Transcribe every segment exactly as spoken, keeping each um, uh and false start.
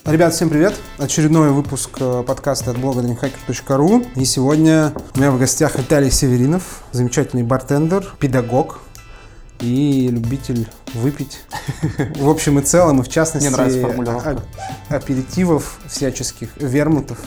Ребят, всем привет! Очередной выпуск подкаста от блога дранихакер точка ру. И сегодня у меня в гостях Виталий Северинов, замечательный бартендер, педагог и любитель выпить. В общем и целом, и в частности, аперитивов всяческих, вермутов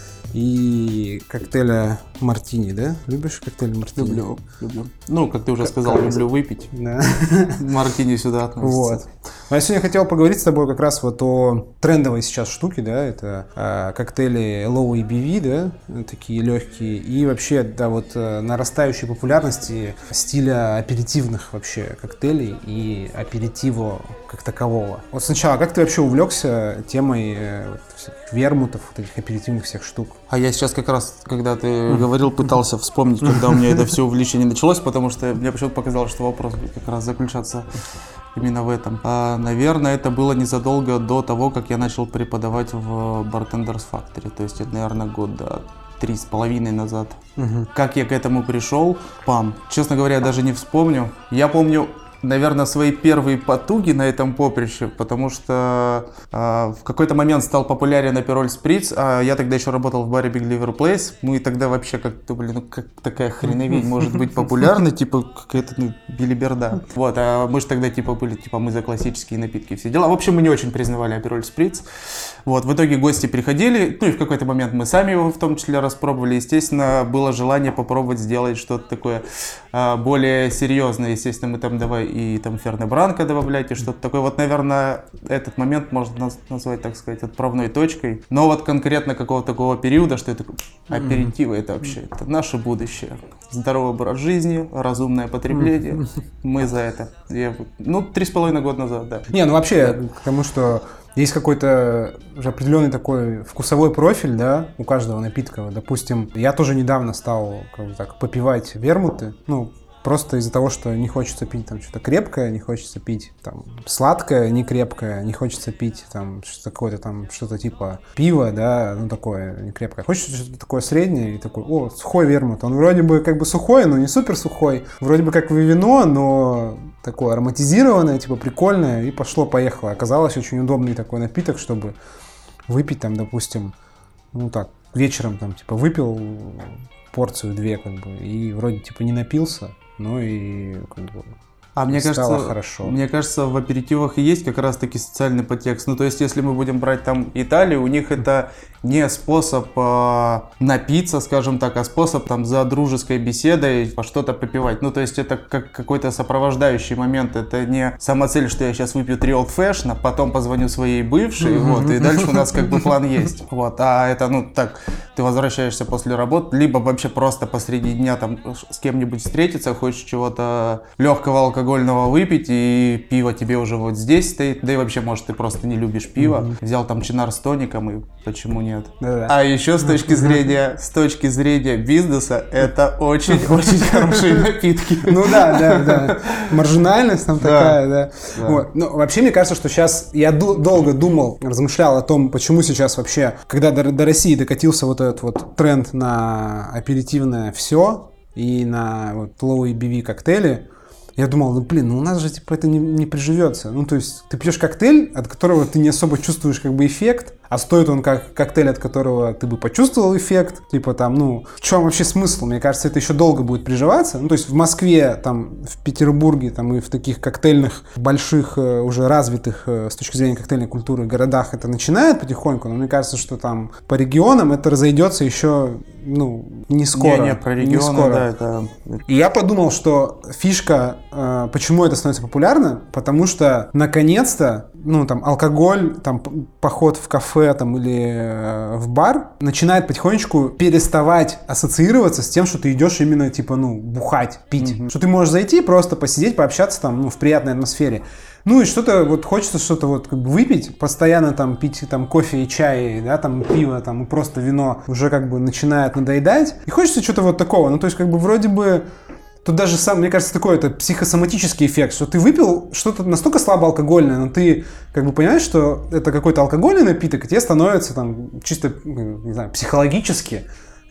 и коктейля мартини, да? Любишь коктейль мартини? Люблю, люблю. Ну, как ты уже сказал, люблю выпить. Да. Мартини сюда относится. Вот. А я сегодня хотел поговорить с тобой как раз вот о трендовой сейчас штуке, да, это э, коктейли Low эй би ви, да, такие легкие, и вообще, да, вот э, нарастающей популярности стиля аперитивных вообще коктейлей и аперитиво как такового. Вот сначала, как ты вообще увлекся темой э, вот, всяких вермутов, вот этих аперитивных всех штук? А я сейчас как раз, когда ты говорил, пытался вспомнить, когда у меня это все увлечение началось, потому что мне почему-то показалось, что вопрос будет как раз заключаться именно в этом. А, наверное, это было незадолго до того, как я начал преподавать в Bartenders Factory. То есть это, наверное, года три с половиной назад. Угу. Как я к этому пришел? Пам. Честно говоря, я даже не вспомню. Я помню, наверное, свои первые потуги на этом поприще, потому что э, в какой-то момент стал популярен Aperol Spritz, а я тогда еще работал в баре Big Liver Place. Мы тогда вообще как-то, блин, ну как такая хреновень может быть популярна, типа какая-то, ну, билиберда. Вот, а мы же тогда типа были, типа мы за классические напитки, все дела. В общем, мы не очень признавали Aperol Spritz. Вот, в итоге гости приходили, ну и в какой-то момент мы сами его в том числе распробовали. Естественно, было желание попробовать сделать что-то такое э, более серьезное. Естественно, мы там давай и там Ферне Бранко добавлять, и что-то такое. Вот, наверное, этот момент можно назвать, так сказать, отправной точкой. Но вот конкретно какого-то такого периода, что это аперитивы, это вообще это наше будущее. Здоровый образ жизни, разумное потребление. Мы за это. Я, ну, три с половиной года назад, да. Не, ну вообще, потому что есть какой-то уже определенный такой вкусовой профиль, да, у каждого напитка. Допустим, я тоже недавно стал, как бы так, попивать вермуты, ну, просто из-за того, что не хочется пить там что-то крепкое, не хочется пить там сладкое, не крепкое, не хочется пить там что-то какое-то там что-то типа пива, да, ну такое не крепкое. Хочется что-то такое среднее и такой, о, сухой вермут. Он вроде бы как бы сухой, но не супер сухой. Вроде бы как вино, но такое ароматизированное, типа прикольное, и пошло-поехало. Оказалось очень удобный такой напиток, чтобы выпить там, допустим, ну так, вечером там типа выпил порцию две как бы и вроде типа не напился. Ну и как бы а мне стало кажется, хорошо. Мне кажется, в аперитивах и есть как раз-таки социальный подтекст. Ну, то есть, если мы будем брать там Италию, у них это не способ э, напиться, скажем так, а способ там за дружеской беседой что-то попивать. Ну, то есть, это как какой-то сопровождающий момент. Это не сама цель, что я сейчас выпью три Old Fashion, а потом позвоню своей бывшей, вот, и дальше у нас как бы план есть. Вот, а это, ну, так, ты возвращаешься после работы, либо вообще просто посреди дня там с кем-нибудь встретиться, хочешь чего-то легкого алкоголя, алкогольного выпить, и пиво тебе уже вот здесь стоит, да и вообще, может, ты просто не любишь пиво, mm-hmm. взял там чинар с тоником, и почему нет? Да-да. А еще с точки зрения, с точки зрения бизнеса, это очень-очень хорошие напитки. Ну да, да, да. Маржинальность там такая, да. Ну, вообще, мне кажется, что сейчас, я долго думал, размышлял о том, почему сейчас вообще, когда до России докатился вот этот вот тренд на аперитивное все и на вот low эй би ви коктейли, я думал, ну блин, ну у нас же типа это не, не приживется. Ну то есть ты пьешь коктейль, от которого ты не особо чувствуешь как бы эффект, а стоит он как коктейль, от которого ты бы почувствовал эффект. Типа там, ну, в чем вообще смысл? Мне кажется, это еще долго будет приживаться. Ну то есть в Москве, там, в Петербурге, там и в таких коктейльных, больших, уже развитых с точки зрения коктейльной культуры городах это начинает потихоньку, но мне кажется, что там по регионам это разойдется еще, ну, не скоро. Не, не, про регионы, не скоро. Да, это... И я подумал, что фишка, э, почему это становится популярно, потому что наконец-то, ну, там, алкоголь, там, поход в кафе, там, или э, в бар начинает потихонечку переставать ассоциироваться с тем, что ты идешь именно, типа, ну, бухать, пить. Mm-hmm. Что ты можешь зайти, просто посидеть, пообщаться там, ну, в приятной атмосфере. Ну и что-то, вот хочется что-то вот как бы выпить, постоянно там пить там кофе и чай, да, там пиво, там и просто вино уже как бы начинает надоедать. И хочется что-то вот такого, ну то есть как бы вроде бы, тут даже сам, мне кажется, такой это психосоматический эффект, что ты выпил что-то настолько слабоалкогольное, но ты как бы понимаешь, что это какой-то алкогольный напиток, и тебе становится там чисто, не знаю, психологически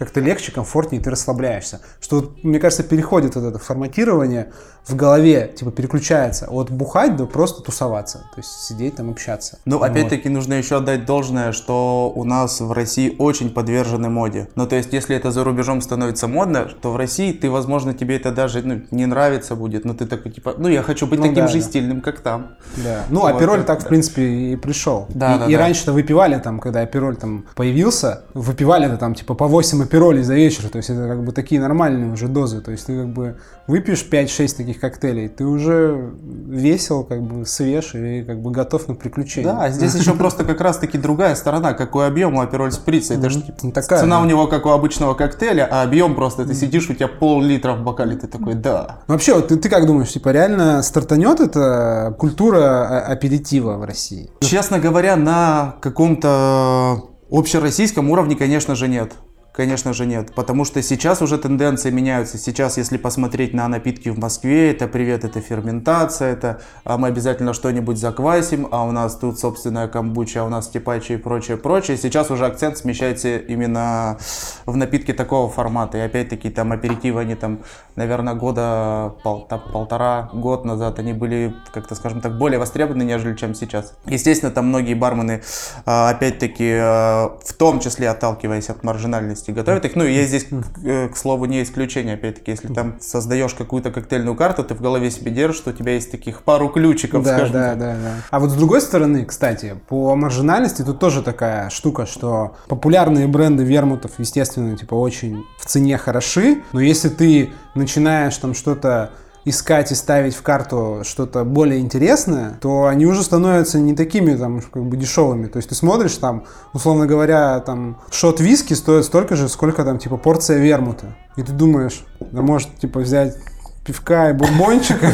как-то легче, комфортнее, ты расслабляешься. Что, вот, мне кажется, переходит вот это форматирование в голове, типа переключается от бухать до просто тусоваться, то есть сидеть там, общаться. Ну, вот. Опять-таки, нужно еще отдать должное, что у нас в России очень подвержены моде. Ну, то есть, если это за рубежом становится модно, то в России ты, возможно, тебе это даже ну, не нравится будет, но ты такой, типа, ну, я хочу быть ну, таким да, же да. стильным, как там. Да. Ну, вот, Апероль так, да. в принципе, и пришел. Да, и да, и да. раньше-то выпивали там, когда Апероль там появился, выпивали это там, типа, по восемь Аперолей за вечер, то есть, это как бы такие нормальные уже дозы, то есть, ты как бы выпьешь пять-шесть таких коктейлей, ты уже весел, как бы свеж и как бы готов на приключения. Да, здесь еще просто как раз-таки другая сторона, какой объем у Апероль Сприца. Это же цена у него как у обычного коктейля, а объем просто, ты сидишь, у тебя пол-литра в бокале, ты такой, да. Вообще, вот ты, ты как думаешь, типа реально стартанет эта культура аперитива в России? Честно говоря, на каком-то общероссийском уровне, конечно же, нет. Конечно же нет, потому что сейчас уже тенденции меняются. Сейчас, если посмотреть на напитки в Москве, это привет, это ферментация, это а мы обязательно что-нибудь заквасим, а у нас тут собственная камбуча, а у нас типачи и прочее, прочее. Сейчас уже акцент смещается именно в напитки такого формата. И опять-таки там аперитивы, они там, наверное, года пол, там, полтора, год назад, они были, как-то, скажем так, более востребованы, нежели чем сейчас. Естественно, там многие бармены, опять-таки, в том числе отталкиваясь от маржинальности, готовят их. Ну, я здесь, к, к слову, не исключение, опять-таки, если там создаешь какую-то коктейльную карту, ты в голове себе держишь, что у тебя есть таких пару ключиков, да, скажем да, так. Да, да. А вот с другой стороны, кстати, по маржинальности тут тоже такая штука, что популярные бренды вермутов, естественно, типа очень в цене хороши, но если ты начинаешь там что-то искать и ставить в карту что-то более интересное, то они уже становятся не такими там как бы дешевыми. То есть ты смотришь там, условно говоря, там шот виски стоит столько же, сколько там типа порция вермута. И ты думаешь, да может типа взять пивка и бурбончика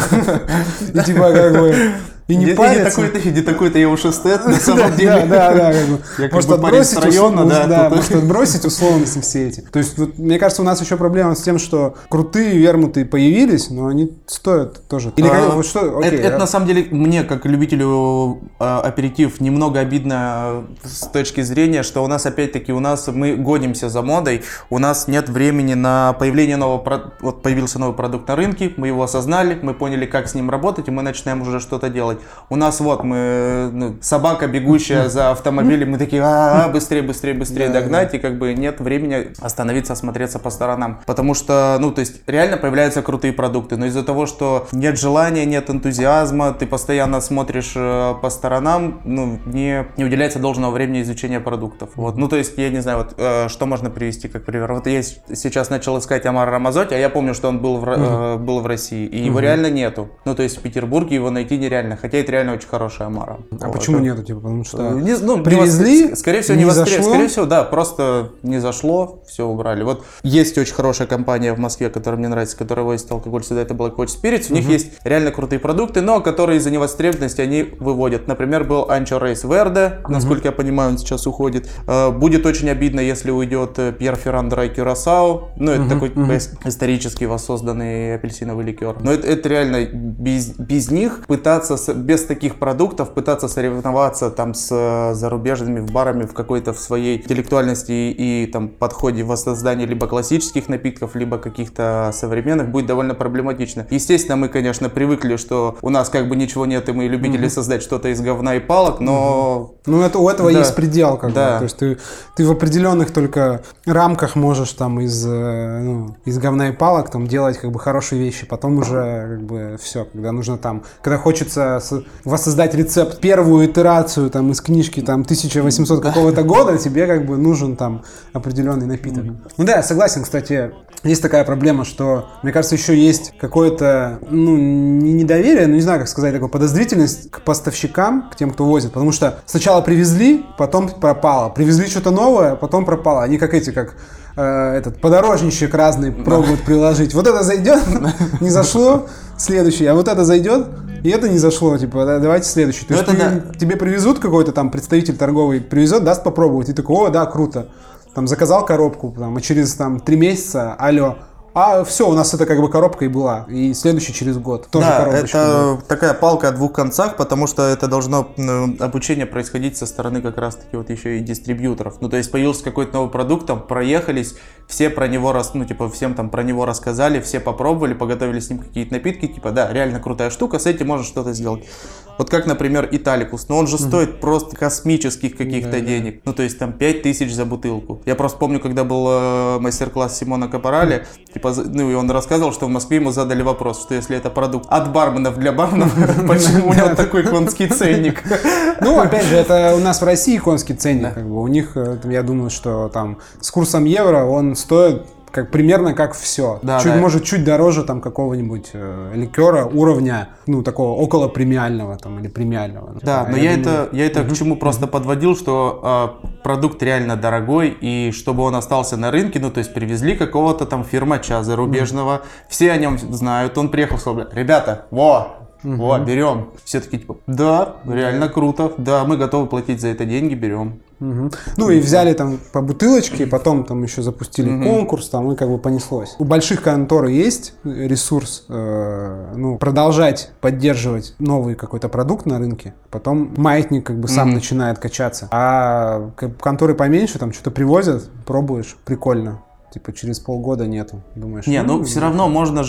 и типа как бы и не париться. Не такой-то я уж эстет, на самом деле. Да, да, да. Может отбросить района, может отбросить условности все эти. То есть, мне кажется, у нас еще проблема с тем, что крутые вермуты появились, но они стоят тоже. Или вот что? Это на самом деле мне, как любителю аперитив, немного обидно с точки зрения, что у нас опять-таки у нас мы гонимся за модой, у нас нет времени на появление нового, вот появился новый продукт на рынке, мы его осознали, мы поняли, как с ним работать, и мы начинаем уже что-то делать. У нас вот мы ну, собака, бегущая за автомобилем, мы такие, а быстрее, быстрее, быстрее догнать, и как бы нет времени остановиться, осмотреться по сторонам. Потому что, ну, то есть реально появляются крутые продукты, но из-за того, что нет желания, нет энтузиазма, ты постоянно смотришь по сторонам, ну, не, не уделяется должного времени изучения продуктов. Вот. Ну, то есть, я не знаю, вот, э, что можно привести как пример. Вот я сейчас начал искать Амара Рамазотти, а я помню, что он был в, э, был в России, и его реально нету. Ну, то есть, в Петербурге его найти нереально. Хотя это реально очень хорошая омара. А вот. Почему нету? Типа, потому что не, ну, привезли, скорее всего, не, не зашло? Скорее всего, да, просто не зашло, все убрали. Вот есть очень хорошая компания в Москве, которая мне нравится, которая возит алкоголь сюда, это Black Watch Spirits. У uh-huh. них есть реально крутые продукты, но которые из-за невостребованности они выводят. Например, был Ancho Race Verde, uh-huh. насколько я понимаю, он сейчас уходит. Будет очень обидно, если уйдет Пьер Ферран Драй Кюрасао. Ну, это uh-huh. такой uh-huh. исторически воссозданный апельсиновый ликер. Но это, это реально без, без них пытаться без таких продуктов пытаться соревноваться там с зарубежными барами в какой-то в своей интеллектуальности и, и там подходе в воссоздании либо классических напитков, либо каких-то современных будет довольно проблематично. Естественно, мы, конечно, привыкли, что у нас как бы ничего нет, и мы любители mm-hmm. создать что-то из говна и палок, но... Mm-hmm. Ну, это, у этого да. есть предел, как да. бы. То есть ты, ты в определенных только рамках можешь там из, ну, из говна и палок там делать как бы хорошие вещи, потом уже как бы все, когда нужно там, когда хочется воссоздать рецепт, первую итерацию там из книжки там тысяча восемьсот какого-то года, тебе как бы нужен там определенный напиток. Mm-hmm. Ну да, я согласен, кстати, есть такая проблема, что, мне кажется, еще есть какое-то, ну, не недоверие, но не знаю, как сказать, такая подозрительность к поставщикам, к тем, кто возит, потому что сначала привезли, потом пропало, привезли что-то новое, потом пропало. Они как эти, как э, этот подорожничек разный пробуют приложить. Вот это зайдет, не зашло, следующий, а вот это зайдет, и это не зашло, типа, да, давайте следующий. То есть ты, да. тебе привезут какой-то там представитель торговый, привезет, даст попробовать, и такой, о, да, круто. Там заказал коробку, там, а через там три месяца, алло, А все, у нас это как бы коробка и была. И следующий через год тоже да, коробочка это была. такая палка о двух концах, потому что это должно ну, обучение происходить со стороны как раз-таки вот еще и дистрибьюторов. Ну, то есть появился какой-то новый продукт, там проехались, все про него, рас, ну, типа, всем там про него рассказали, все попробовали, поготовили с ним какие-то напитки, типа, да, реально крутая штука, с этим можно что-то сделать. Вот как, например, Италикус, но он же mm-hmm. стоит просто космических каких-то да, денег, да. Ну, то есть там пять тысяч за бутылку. Я просто помню, когда был э, мастер-класс Симона Капорали, mm-hmm. типа, ну, и он рассказывал, что в Москве ему задали вопрос, что если это продукт от барменов для барменов, почему у него такой конский ценник? Ну, опять же, это у нас в России конский ценник, как бы, у них, я думаю, что там с курсом евро он стоит как, примерно как все. Да, чуть, да. Может, чуть дороже там какого-нибудь э, ликера уровня, ну, такого около премиального там, или премиального. Да, а но я, я думаю... это, я это uh-huh. к чему просто uh-huh. подводил, что э, продукт реально дорогой, и чтобы он остался на рынке, ну, то есть привезли какого-то там фирмача зарубежного, uh-huh. все о нем знают, он приехал, сказал, ребята, во! Угу. Вот, берем. Все такие типа, да, реально круто, да, мы готовы платить за это деньги, берем. Угу. Ну и взяли там по бутылочке, и потом там еще запустили угу. конкурс, там и как бы понеслось. У больших контор есть ресурс э, ну, продолжать поддерживать новый какой-то продукт на рынке, потом маятник как бы сам угу. начинает качаться. А конторы поменьше там что-то привозят, пробуешь, прикольно. Типа через полгода нету, думаешь? Не, ну, ну все равно можно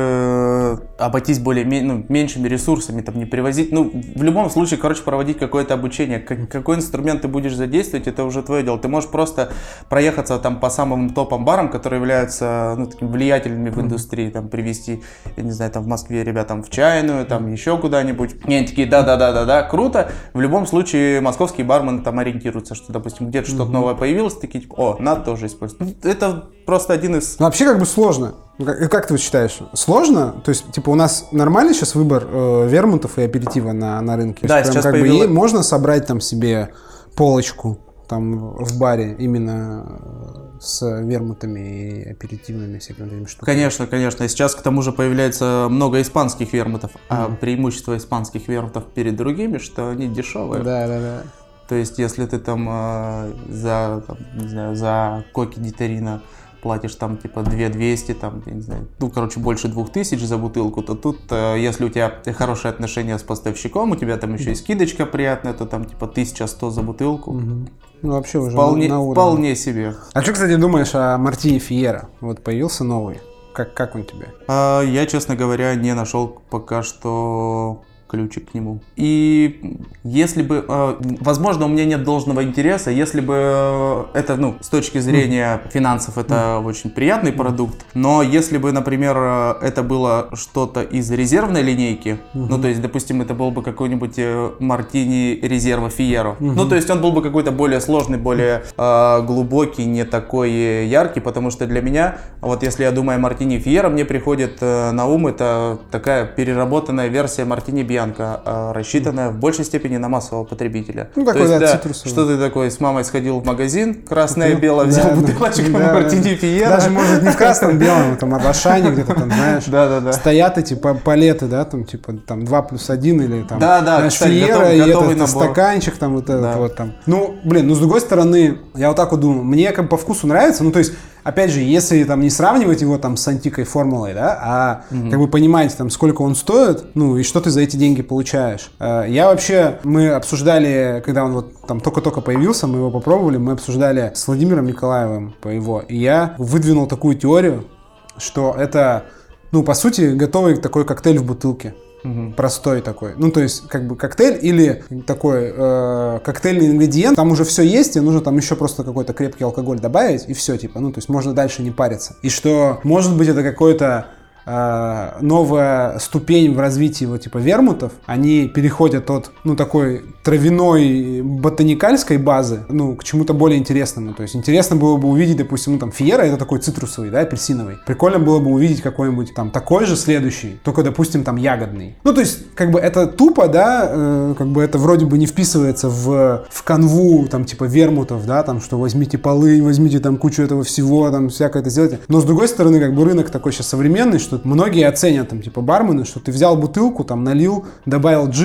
же обойтись более ну, меньшими ресурсами, там не привозить. Ну, в любом случае, короче, проводить какое-то обучение. Как, какой инструмент ты будешь задействовать, это уже твое дело. Ты можешь просто проехаться там по самым топам барам, которые являются ну, такими влиятельными в индустрии, там привезти, я не знаю, там в Москве ребятам в чайную, там еще куда-нибудь. И они такие, да-да-да-да-да, круто. В любом случае, московские бармены там ориентируются, что, допустим, где-то что-то новое появилось, такие типа, о, надо тоже использовать. Это просто один из... Ну, вообще как бы сложно. Как, как ты считаешь? Сложно? То есть, типа, у нас нормальный сейчас выбор э, вермутов и аперитива на, на рынке? Да, прям, сейчас как появилось... бы, можно собрать там себе полочку там в баре именно с вермутами и аперитивными всякими этими штуками? Конечно, конечно. И сейчас к тому же появляется много испанских вермутов. Mm-hmm. А преимущество испанских вермутов перед другими, что они дешевые. Да, да, да. То есть, если ты там э, за, там, не знаю, за коки ди Торино платишь там типа две тысячи двести, там, я не знаю, ну, короче, больше двух тысяч за бутылку, то тут, э, если у тебя хорошие отношения с поставщиком, у тебя там еще и скидочка приятная, то там типа тысяча сто за бутылку. Угу. Ну, вообще уже вполне, на уровне. Вполне себе. А что, кстати, думаешь о Мартини Фьера? Вот появился новый. Как, как он тебе? А, я, честно говоря, не нашел пока что ключик к нему. И если бы, э, возможно, у меня нет должного интереса, если бы э, это, ну, с точки зрения mm. финансов, это mm. очень приятный mm. продукт, но если бы, например, это было что-то из резервной линейки, mm-hmm. ну, то есть, допустим, это был бы какой-нибудь Мартини резерва Фьеро, mm-hmm. ну, то есть, он был бы какой-то более сложный, более э, глубокий, не такой яркий, потому что для меня, вот если я думаю о Мартини Фьеро, мне приходит э, на ум это такая переработанная версия Мартини Бьянко, рассчитанная в большей степени на массового потребителя. Ну, такой, то есть, да, да, что ты такой с мамой сходил в магазин, красное и белое, взял да, бутылочку да, Мартини Фьеро. Даже, может, не в красном белом, там, а в Ашане где-то там, знаешь, да, да, да. стоят эти палеты, да, там, типа, там, два плюс один или там, да, да, знаешь, кстати, Фьеро готов, и готовый этот набор. Стаканчик, там, вот этот да. вот там. Ну, блин, ну, с другой стороны, я вот так вот думаю, мне как бы по вкусу нравится, ну, то есть, опять же, если там не сравнивать его там с антикой формулой, да, а mm-hmm. как бы понимаете, там, сколько он стоит, ну, и что ты за эти деньги получаешь. Я вообще, мы обсуждали, когда он вот там только-только появился, мы его попробовали, мы обсуждали с Владимиром Николаевым по его, и я выдвинул такую теорию, что это, ну, по сути, готовый такой коктейль в бутылке. Угу. Простой такой. Ну, то есть, как бы коктейль или такой э, коктейльный ингредиент. Там уже все есть, и нужно там еще просто какой-то крепкий алкоголь добавить, и все, типа. Ну, то есть, можно дальше не париться. И что, может быть, это какой-то э, новая ступень в развитии вот, типа, вермутов. Они переходят от, ну, такой травяной ботаникальской базы, ну, к чему-то более интересному. То есть, интересно было бы увидеть, допустим, ну, там, Фьеро, это такой цитрусовый, да, апельсиновый. Прикольно было бы увидеть какой-нибудь там такой же следующий, только, допустим, там, ягодный. Ну, то есть, как бы это тупо, да, э, как бы это вроде бы не вписывается в, в канву, там, типа, вермутов, да, там, что возьмите полынь, возьмите там кучу этого всего, там, всякое это сделайте. Но, с другой стороны, как бы рынок такой сейчас современный, что многие оценят, там, типа, бармены, что ты взял бутылку, там, налил, добавил джина,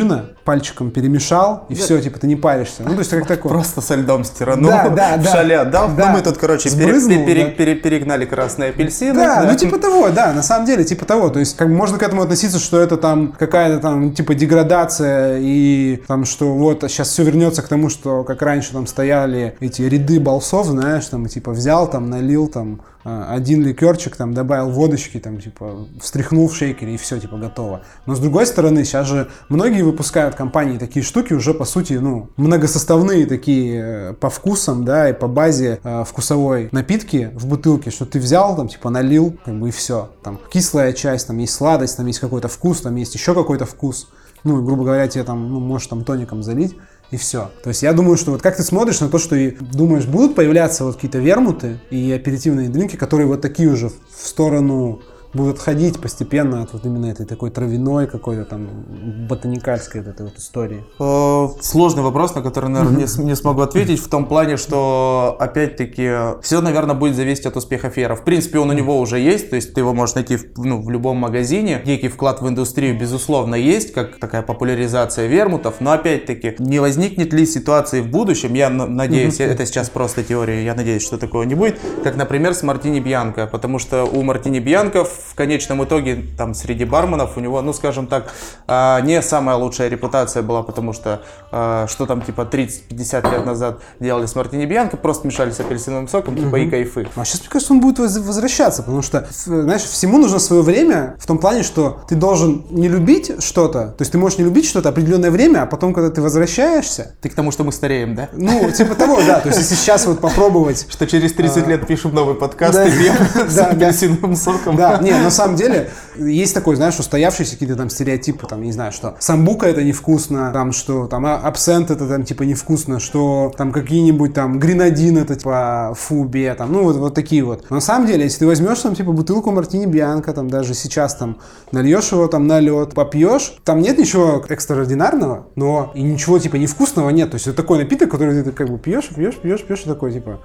пальчиком перемешал, и да. все, типа, ты не паришься. Ну, то есть, как такое. Просто со льдом стиранул, да, да, в да, шале отдал. Да. Ну, мы тут, короче, Сбрызнул, пере, пере, да. пере, перегнали красные апельсины. Да, да, ну, типа того, да, на самом деле, типа того. То есть, как бы можно к этому относиться, что это там какая-то там, типа, деградация, и там, что вот сейчас все вернется к тому, что как раньше там стояли эти ряды болсов, знаешь, там, типа, взял, там, налил, там, один ликерчик, там, добавил водочки, там, типа, встряхнул в шейкере, и все, типа, готово. Но, с другой стороны, сейчас же многие выпускают компании такие штуки уже, по сути, ну, многосоставные такие по вкусам, да, и по базе э, вкусовой напитки в бутылке, что ты взял, там, типа, налил, как бы, и все. Там, кислая часть, там, есть сладость, там, есть какой-то вкус, там, есть еще какой-то вкус. Ну, грубо говоря, тебе там, ну, можешь там тоником залить. И все. То есть я думаю, что вот как ты смотришь на то, что и думаешь, будут появляться вот какие-то вермуты и аперитивные дринки, которые вот такие уже в сторону будут отходить постепенно от вот именно этой такой травяной какой-то там ботаникальской вот этой вот истории? Сложный вопрос, на который, наверное, mm-hmm. не, не смогу ответить, в том плане, что, опять-таки, все, наверное, будет зависеть от успеха Фера. В принципе, он у него уже есть, то есть ты его можешь найти в, ну, в любом магазине. Некий вклад в индустрию, безусловно, есть, как такая популяризация вермутов, но, опять-таки, не возникнет ли ситуации в будущем, я надеюсь, mm-hmm. это сейчас просто теория, я надеюсь, что такого не будет, как, например, с Мартини Бьянко, потому что у Мартини Бьянко в конечном итоге там среди барменов у него, ну скажем так, не самая лучшая репутация была, потому что что там типа тридцать-пятьдесят лет назад делали с Мартини Бьянко, просто мешали с апельсиновым соком, типа mm-hmm. и кайфы. А сейчас, мне кажется, он будет возвращаться, потому что, знаешь, всему нужно свое время, в том плане, что ты должен не любить что-то, то есть ты можешь не любить что-то определенное время, а потом, когда ты возвращаешься... Ты к тому, что мы стареем, да? Ну, типа того, да, то есть если сейчас вот попробовать... Что через тридцать лет пишем новый подкаст и пьем с апельсиновым соком. Да, не, на самом деле, есть такой, знаешь, устоявшиеся какие-то там стереотипы, там, не знаю, что самбука это невкусно, там, что там абсент это там типа невкусно, что там какие-нибудь там гренадин это типа фубе, там, ну вот, вот такие вот. Но на самом деле, если ты возьмешь там типа бутылку Мартини Бьянко, там даже сейчас там нальешь его там на лед, попьешь, там нет ничего экстраординарного, но и ничего типа невкусного нет. То есть это такой напиток, который ты как бы пьешь, пьешь, пьешь, пьешь, и такой типа...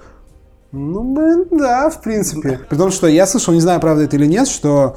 Ну, блин, да, в принципе. При том, что я слышал, не знаю, правда это или нет, что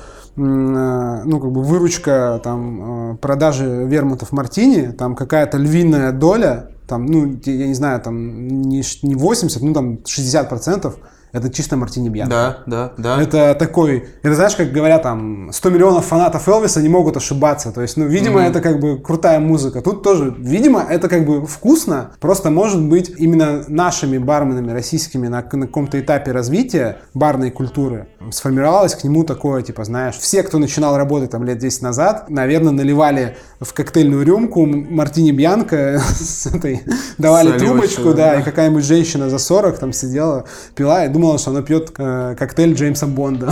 ну, как бы выручка там продажи вермутов Мартини, там какая-то львиная доля, там, ну, я не знаю, там не восемьдесят, ну, там шестьдесят процентов. Это чисто Мартини Бьянко. Да, да, да. Это такой, это знаешь, как говорят, там, сто миллионов фанатов Элвиса не могут ошибаться. То есть, ну, видимо, mm-hmm. это как бы крутая музыка. Тут тоже, видимо, это как бы вкусно. Просто, может быть, именно нашими барменами российскими на, на каком-то этапе развития барной культуры сформировалось к нему такое, типа, знаешь, все, кто начинал работать там лет десять назад, наверное, наливали в коктейльную рюмку Мартини Бьянко с этой, давали трубочку, да, и какая-нибудь женщина за сорок там сидела, пила и думала, что она пьет э, коктейль Джеймса Бонда.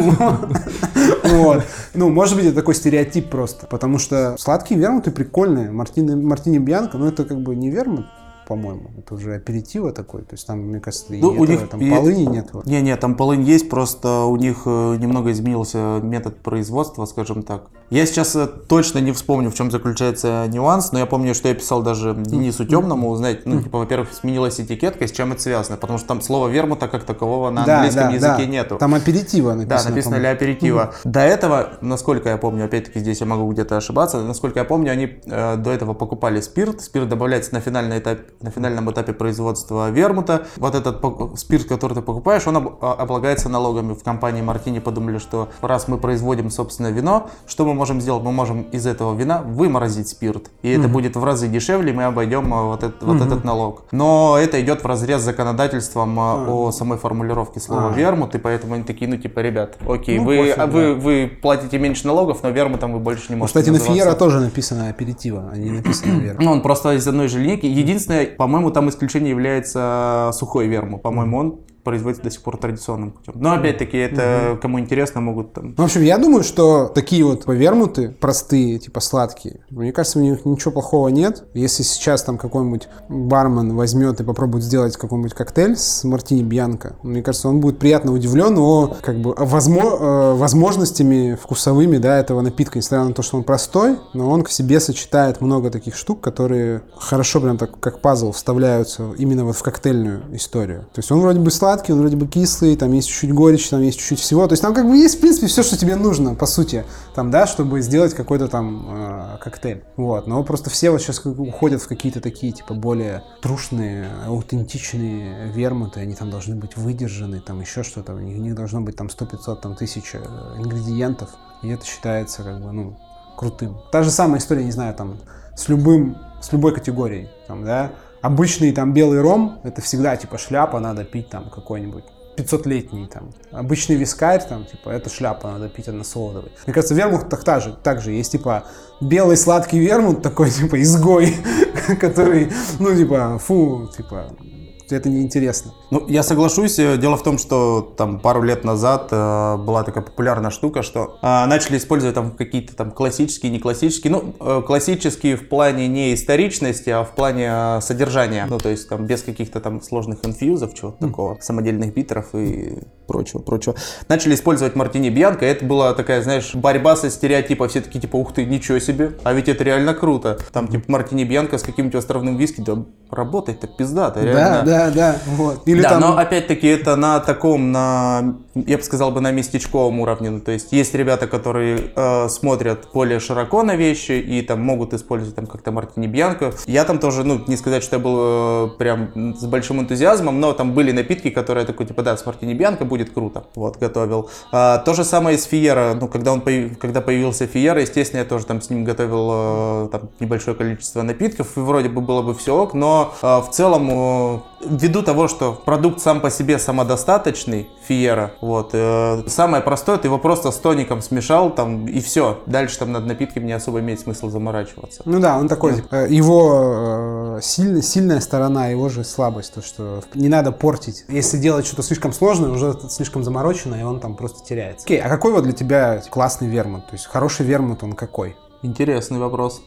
Ну, может быть, это такой стереотип просто, потому что сладкие вермуты прикольные. Мартини Бьянко, ну, это как бы не вермут, по-моему. Это уже аперитива такой. То есть там, мне кажется, ну, и у этого, них там и... полыни нет. Не-не, там полынь есть, просто у них немного изменился метод производства, скажем так. Я сейчас точно не вспомню, в чем заключается нюанс, но я помню, что я писал даже Денису Темному, знаете, ну, типа, во-первых, сменилась этикетка, с чем это связано, потому что там слова вермута как такового на да, английском да, языке да. нету. Там аперитива написано. Да, написано для аперитива. Mm-hmm. До этого, насколько я помню, опять-таки здесь я могу где-то ошибаться, насколько я помню, они э, до этого покупали спирт, спирт добавляется на финальный этап, на финальном этапе производства вермута. Вот этот спирт, который ты покупаешь, он об, облагается налогами. В компании Мартини подумали, что раз мы производим, собственно, вино, что мы можем сделать? Мы можем из этого вина выморозить спирт. И mm-hmm. это будет в разы дешевле, мы обойдем вот, этот, mm-hmm. вот этот налог. Но это идет вразрез с законодательством mm-hmm. о самой формулировке слова mm-hmm. вермут, и поэтому они такие, ну типа, ребят, окей, ну, вы, пофиг, вы, да. вы платите меньше налогов, но вермутом вы больше не можете. Кстати, на Фьера тоже написано аперитива, а не написано вермут. Ну, он просто из одной же линейки. Единственное, по-моему, там исключение является сухой вермут. По-моему, он производится до сих пор традиционным путем. Но опять-таки, это mm-hmm. кому интересно, могут там... В общем, я думаю, что такие вот вермуты простые, типа сладкие, мне кажется, у них ничего плохого нет. Если сейчас там какой-нибудь бармен возьмет и попробует сделать какой-нибудь коктейль с Мартини Бьянко, мне кажется, он будет приятно удивлен о, как бы, возможно, возможностями вкусовыми, да, этого напитка. Несмотря на то, что он простой, но он к себе сочетает много таких штук, которые хорошо прям так, как пазл, вставляются именно вот в коктейльную историю. То есть он вроде бы сладкий, сладкий, он вроде бы кислый, там есть чуть-чуть горечи, там есть чуть-чуть всего. То есть там как бы есть, в принципе, все, что тебе нужно, по сути, там, да, чтобы сделать какой-то там э, коктейль. Вот. Но просто все вот сейчас уходят в какие-то такие, типа, более трушные, аутентичные вермуты, они там должны быть выдержаны, там еще что-то, у них, у них должно быть там сто-пятьсот, там, тысяч ингредиентов, и это считается, как бы, ну, крутым. Та же самая история, не знаю, там, с любым, с любой категорией, там, да, обычный там белый ром, это всегда, типа, шляпа, надо пить там какой-нибудь пятисотлетний, там, обычный вискарь, там, типа, это шляпа, надо пить односолодовый. Мне кажется, в вермутах также, также есть, типа, белый сладкий вермут, такой, типа, изгой, который, ну, типа, фу, типа, это неинтересно. Ну, я соглашусь. Дело в том, что там пару лет назад э, была такая популярная штука, что э, начали использовать там какие-то там классические, не классические. Ну, э, классические в плане не историчности, а в плане э, содержания. Ну, то есть там без каких-то там сложных инфьюзов, чего-то mm. такого, самодельных битеров и прочего, прочего. Начали использовать мартини Бьянко. Это была такая, знаешь, борьба со стереотипом. Все такие, типа, ух ты, ничего себе, а ведь это реально круто. Там, типа, мартини Бьянко с каким-нибудь островным виски, да работает-то пиздато, реально. Да, да, да, вот. Или да, там... но опять-таки это на таком, на, я бы сказал бы, на местечковом уровне. Ну, то есть есть ребята, которые э, смотрят более широко на вещи и там могут использовать там как-то мартини Бьянко. Я там тоже, ну, не сказать, что я был э, прям с большим энтузиазмом, но там были напитки, которые я такой, типа, да, с мартини Бьянко будет круто. Вот, готовил. А, то же самое и с Фиера. Ну, когда он появ... когда появился Фиера, естественно, я тоже там с ним готовил э, там небольшое количество напитков, и вроде бы было бы все ок, но э, в целом, э, ввиду того, что продукт сам по себе самодостаточный, Фиера, вот, э, самое простое, ты его просто с тоником смешал, там, и все. Дальше там над напитками не особо имеет смысл заморачиваться. Ну да, он такой, mm. его э, сильная, сильная сторона, его же слабость, то, что не надо портить. Если делать что-то слишком сложное, уже слишком заморочено, и он там просто теряется. Окей, а какой вот для тебя классный вермут? То есть хороший вермут, он какой? Интересный вопрос.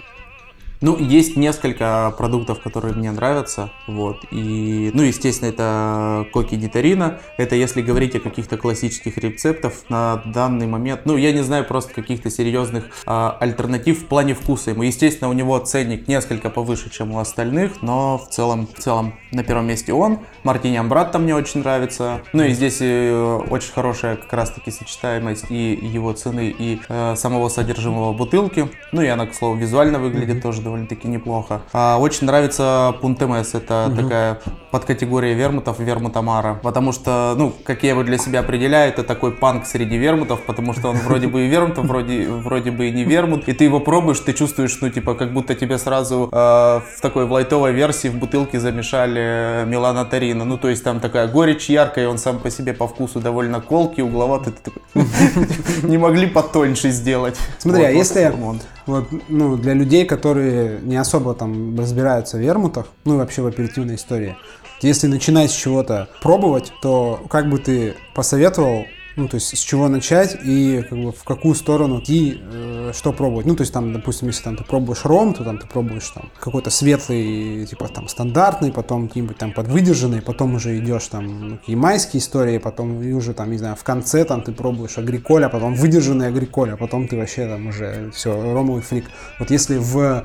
Ну, есть несколько продуктов, которые мне нравятся, вот, и, ну, естественно, это Коки ди Торино, это если говорить о каких-то классических рецептах на данный момент, ну, я не знаю просто каких-то серьезных а, альтернатив в плане вкуса ему, естественно, у него ценник несколько повыше, чем у остальных, но в целом, в целом на первом месте он, Мартини Амбратто мне очень нравится, ну, и здесь и, очень хорошая как раз-таки сочетаемость и его цены, и э, самого содержимого бутылки, ну, и она, к слову, визуально выглядит mm-hmm. тоже довольно-таки неплохо. А, очень нравится Пунтемес, это угу. такая подкатегория вермутов, вермут Амара, потому что, ну, как я его для себя определяю, это такой панк среди вермутов, потому что он вроде бы и вермут, вроде, вроде бы и не вермут, и ты его пробуешь, ты чувствуешь, ну, типа, как будто тебе сразу э, в такой в лайтовой версии в бутылке замешали Милано Торино, ну, то есть там такая горечь яркая, и он сам по себе по вкусу довольно колкий, угловатый, не могли потоньше сделать. Смотри, а если вот, ну, для людей, которые не особо там разбираются в вермутах, ну и вообще в аперитивной истории, если начинать с чего-то пробовать, то как бы ты посоветовал, ну, то есть с чего начать и как бы в какую сторону идти, э, что пробовать. Ну, то есть там, допустим, если там ты пробуешь ром, то там ты пробуешь там какой-то светлый, типа там стандартный, потом какие-нибудь там подвыдержанный, потом уже идешь там ну, ямайские истории, потом и уже там, не знаю, в конце там ты пробуешь агриколь, а потом выдержанный агриколь, а потом ты вообще там уже все, ромовый фрик. Вот если в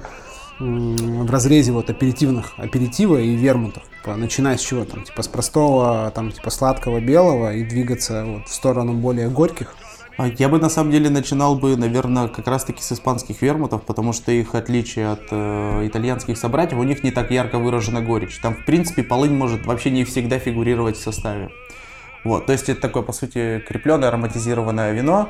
в разрезе вот аперитивных, аперитива и вермутов, начиная с чего там, типа с простого, там, типа сладкого белого и двигаться вот в сторону более горьких? Я бы на самом деле начинал бы, наверное, как раз-таки с испанских вермутов, потому что их отличие от э, итальянских собратьев, у них не так ярко выражена горечь. Там, в принципе, полынь может вообще не всегда фигурировать в составе. Вот, то есть это такое, по сути, крепленное ароматизированное вино,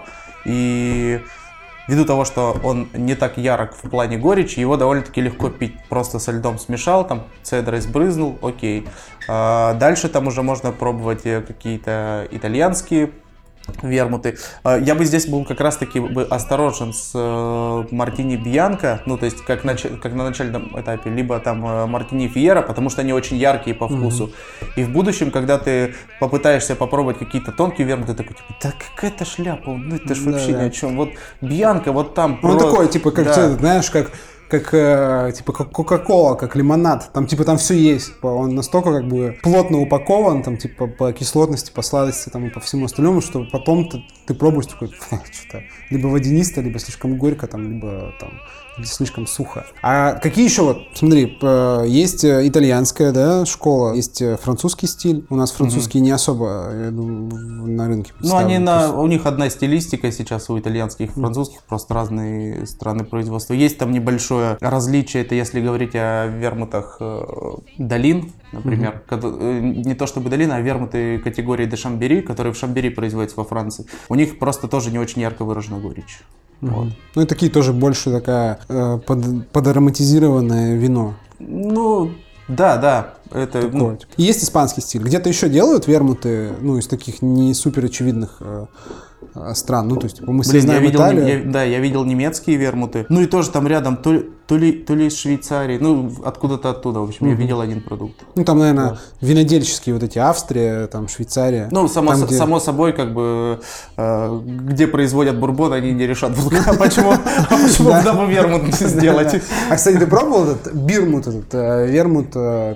и ввиду того, что он не так ярок в плане горечи, его довольно-таки легко пить. Просто со льдом смешал, там цедрой сбрызнул, окей. А дальше там уже можно пробовать какие-то итальянские вермуты. Я бы здесь был как раз-таки бы осторожен с э, Мартини Бьянко, ну то есть как, нач... как на начальном этапе, либо там э, Мартини Фиера, потому что они очень яркие по вкусу. Mm-hmm. И в будущем, когда ты попытаешься попробовать какие-то тонкие вермуты, ты такой, типа, да какая-то шляпа, ну это ж вообще да, ни о чем. Вот Бьянко, вот там. Он про... такой, типа, как, да. ты, знаешь, как... как, э, типа, как Кока-Кола, как лимонад. Там, типа, там все есть. Он настолько, как бы, плотно упакован, там, типа, по кислотности, по сладости, там, и по всему остальному, что потом ты ты пробуешь такой, что-то либо водянисто, либо слишком горько, там, либо там слишком сухо. А какие еще вот, смотри, есть итальянская, да, школа, есть французский стиль. У нас французский mm-hmm. не особо, я думаю, на рынке представлен. Ну, они на, у них одна стилистика сейчас у итальянских и французских, mm-hmm. просто разные страны производства. Есть там небольшое различие, это если говорить о вермутах долин, например. Mm-hmm. Не то чтобы долина, а вермуты категории де Шамбери, которые в Шамбери производятся во Франции. У них просто тоже не очень ярко выражена горечь. Вот. Ну и такие тоже больше такая э, под, подароматизированное вино. Ну, да, да. Это, такое, ну... типа. Есть испанский стиль. Где-то еще делают вермуты, ну, из таких не супер очевидных э, стран. Ну, то есть, типа, мы все знаем я видел, Италию. Я, да, я видел немецкие вермуты. Ну и тоже там рядом то ли, то ли, то ли из Швейцарии, ну, откуда-то оттуда, в общем, mm-hmm. я видел один продукт. Ну, там, наверное, да. винодельческие вот эти Австрия, там, Швейцария. Ну, само, там, с, где... само собой, как бы, э, где производят бурбон, они не решат. А почему в дому вермут сделать? А, кстати, ты пробовал этот бирмут, этот вермут,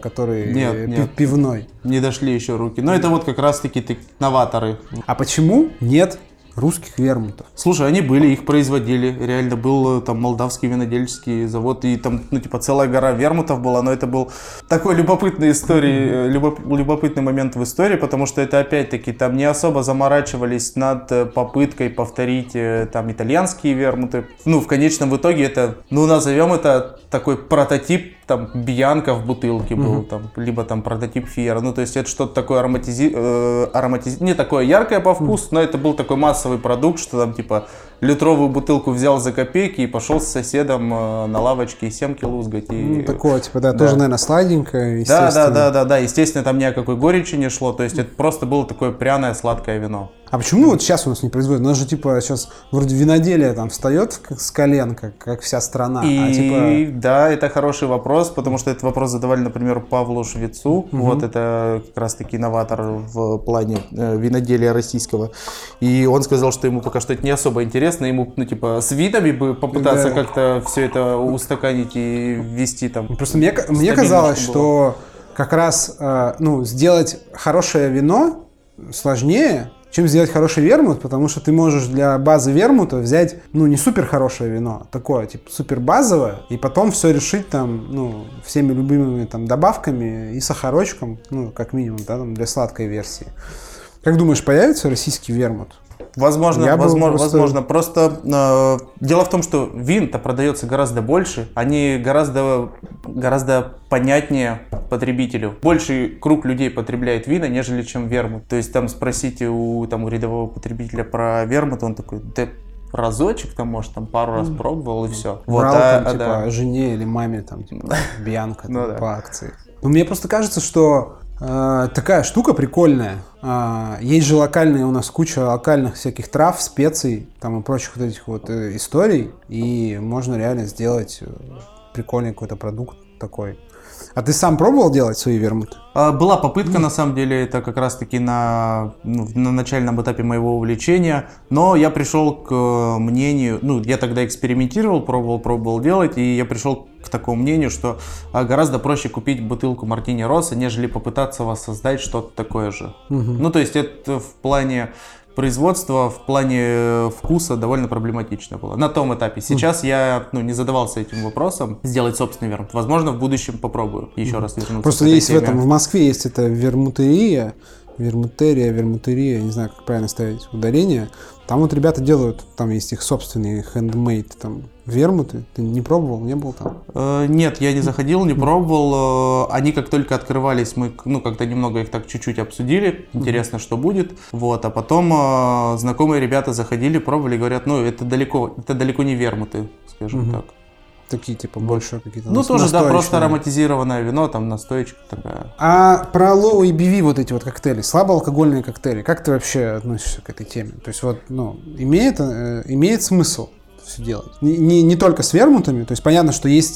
который пивной? Не дошли еще руки. Но это вот как раз-таки новаторы. А почему нет русских вермутов? Слушай, они были, их производили. Реально был там молдавский винодельческий завод, и там, ну, типа, целая гора вермутов была, но это был такой любопытный истории, любоп, любопытный момент в истории, потому что это, опять-таки, там не особо заморачивались над попыткой повторить там итальянские вермуты. Ну, в конечном итоге это, ну, назовем это такой прототип, там, Бьянка в бутылке был, mm-hmm. там, либо там прототип Фьера. Ну, то есть это что-то такое ароматизи... э, ароматизи... не такое яркое по вкусу, mm-hmm. но это был такой массовый продукт, что там, типа, литровую бутылку взял за копейки и пошел с соседом э, на лавочке семки лузгать. И... Ну, такое, типа, да, да, тоже, наверное, сладенькое, естественно. Да, да, да, да, да, естественно, там ни о какой горечи не шло, то есть это просто было такое пряное сладкое вино. А почему вот сейчас у нас не производят? У нас же, типа, сейчас вроде виноделие там встает с колен, как, как вся страна. И а, типа... да, это хороший вопрос, потому что этот вопрос задавали, например, Павлу Швецу. Угу. Вот это как раз-таки новатор в плане э, виноделия российского. И он сказал, что ему пока что это не особо интересно. Ему, ну, типа, с видами бы попытаться да. как-то все это устаканить и ввести там. Просто мне, мне казалось, что как раз э, ну, сделать хорошее вино сложнее, чем сделать хороший вермут, потому что ты можешь для базы вермута взять, ну, не супер хорошее вино, такое, типа, супер базовое, и потом все решить там, ну, всеми любимыми там добавками и сахарочком, ну, как минимум, да, там, для сладкой версии. Как думаешь, появится российский вермут? Возможно, Я возможно, просто... возможно. Просто э, дело в том, что вин-то продается гораздо больше, они гораздо, гораздо понятнее потребителю. Больший круг людей потребляет вина, нежели чем вермут. То есть там спросите у, там, у рядового потребителя про вермут, он такой, да разочек там, может, там пару раз пробовал и все. Вот, Брал а, там, а, типа, да. жене или маме, там, типа, Бьянка ну, да. по акции. Но мне просто кажется, что э, такая штука прикольная. Э, есть же локальные, у нас куча локальных всяких трав, специй, там и прочих вот этих вот э, историй, и можно реально сделать э, прикольный какой-то продукт такой. А ты сам пробовал делать свои вермуты? Была попытка, на самом деле, это как раз-таки на, ну, на начальном этапе моего увлечения, но я пришел к мнению, ну, я тогда экспериментировал, пробовал, пробовал делать, и я пришел к такому мнению, что гораздо проще купить бутылку Мартини Росса, нежели попытаться воссоздать что-то такое же. Угу. Ну, то есть это в плане производство в плане вкуса довольно проблематично было на том этапе. Сейчас mm. я ну, не задавался этим вопросом, сделать собственный вермут. Возможно, в будущем попробую еще mm. раз вернуться. Просто к этой есть теме. в этом, в Москве есть эта вермутерия, вермутерия, вермутерия, не знаю, как правильно ставить ударение. Там вот ребята делают, там есть их собственные handmade там вермуты. Ты не пробовал, не был там? Э, нет, я не заходил, не пробовал. Они как только открывались, мы ну как-то немного их так чуть-чуть обсудили. Интересно, mm-hmm. что будет. Вот, а потом э, знакомые ребята заходили, пробовали, говорят, ну это далеко, это далеко не вермуты, скажем mm-hmm. так. Такие, типа, больше какие-то Ну, тоже, да, просто ароматизированное вино, там, настоечка такая. А про лоу и би ви вот эти вот коктейли, слабоалкогольные коктейли, как ты вообще относишься к этой теме? То есть, вот, ну, имеет, э, имеет смысл все делать? Не, не, не только с вермутами, то есть, понятно, что есть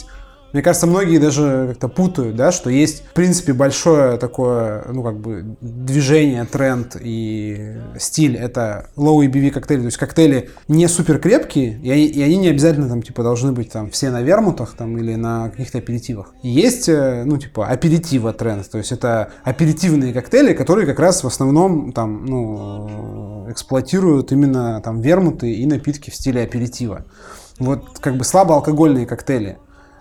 Мне кажется, многие даже как-то путают, да, что есть, в принципе, большое такое, ну, как бы, движение, тренд и стиль — это low эй би ви коктейли, то есть коктейли не супер крепкие, и они, и они не обязательно, там, типа, должны быть, там, все на вермутах, там, или на каких-то аперитивах. И есть, ну, типа, аперитива тренд, то есть это аперитивные коктейли, которые как раз в основном, там, ну, эксплуатируют именно, там, вермуты и напитки в стиле аперитива. Вот, как бы, слабоалкогольные коктейли.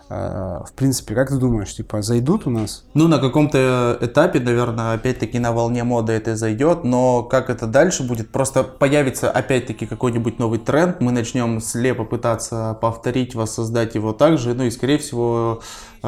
В принципе, как ты думаешь, типа, зайдут у нас? Ну, на каком-то этапе, наверное, опять-таки на волне моды это зайдет, но как это дальше будет? Просто появится опять-таки какой-нибудь новый тренд, мы начнем слепо пытаться повторить, воссоздать его также, ну и, скорее всего,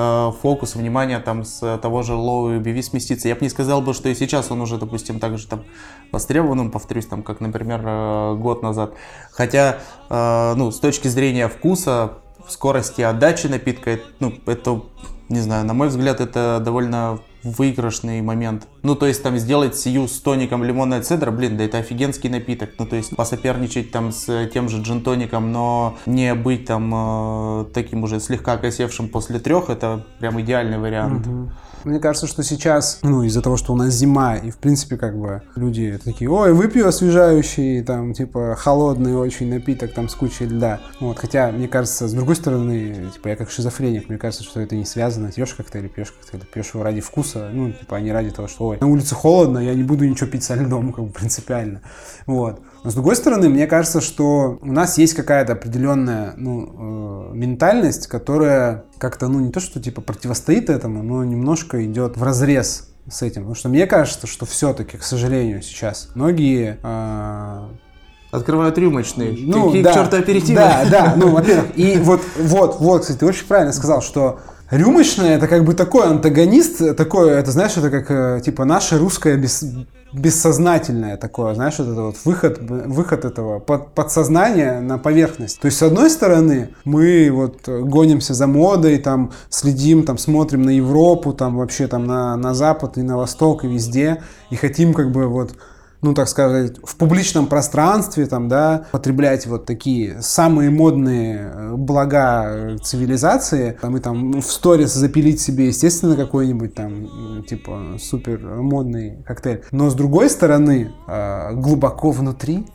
фокус внимания там с того же low эй би ви сместится. Я бы не сказал бы, что и сейчас он уже, допустим, также там востребованным, повторюсь, там, как, например, год назад. Хотя, ну, с точки зрения вкуса, скорости отдачи напитка, ну, это, не знаю, на мой взгляд, это довольно выигрышный момент. Ну, то есть, там, сделать сию с тоником лимонная цедра, блин, да это офигенский напиток. Ну, то есть, посоперничать там с тем же джин-тоником, но не быть там э, таким уже слегка окосевшим после трех, это прям идеальный вариант. Угу. Мне кажется, что сейчас, ну, из-за того, что у нас зима, и, в принципе, как бы, люди такие, ой, выпью освежающий, там, типа, холодный очень напиток, там, с кучей льда. Вот, хотя, мне кажется, с другой стороны, типа, я как шизофреник, мне кажется, что это не связано. Пьешь коктейль, пьешь коктейль, пьешь его ради вкуса, ну, типа, а не ради того, что, ой, на улице холодно, я не буду ничего пить со льдом, как бы, принципиально. Вот. Но, с другой стороны, мне кажется, что у нас есть какая-то определенная, ну, э, ментальность, которая как-то, ну, не то, что, типа, противостоит этому, но немножко идет вразрез с этим. Потому что мне кажется, что все-таки, к сожалению, сейчас многие... Э, Открывают рюмочные. Ну, какие да, к черту аперитивы? Да, да, ну, во-первых, и вот, вот, вот, кстати, ты очень правильно сказал, что рюмочная — это как бы такой антагонист, такое, это, знаешь, это как, типа, наше русское бес, бессознательное такое, знаешь, вот это вот выход, выход этого под, подсознания на поверхность. То есть, с одной стороны, мы вот гонимся за модой, там, следим, там, смотрим на Европу, там, вообще, там, на, на Запад и на Восток, и везде, и хотим, как бы, вот, ну, так сказать, в публичном пространстве, там, да, потреблять вот такие самые модные блага цивилизации, там, и там в сторис запилить себе, естественно, какой-нибудь там, типа, супер модный коктейль. Но, с другой стороны, глубоко внутри,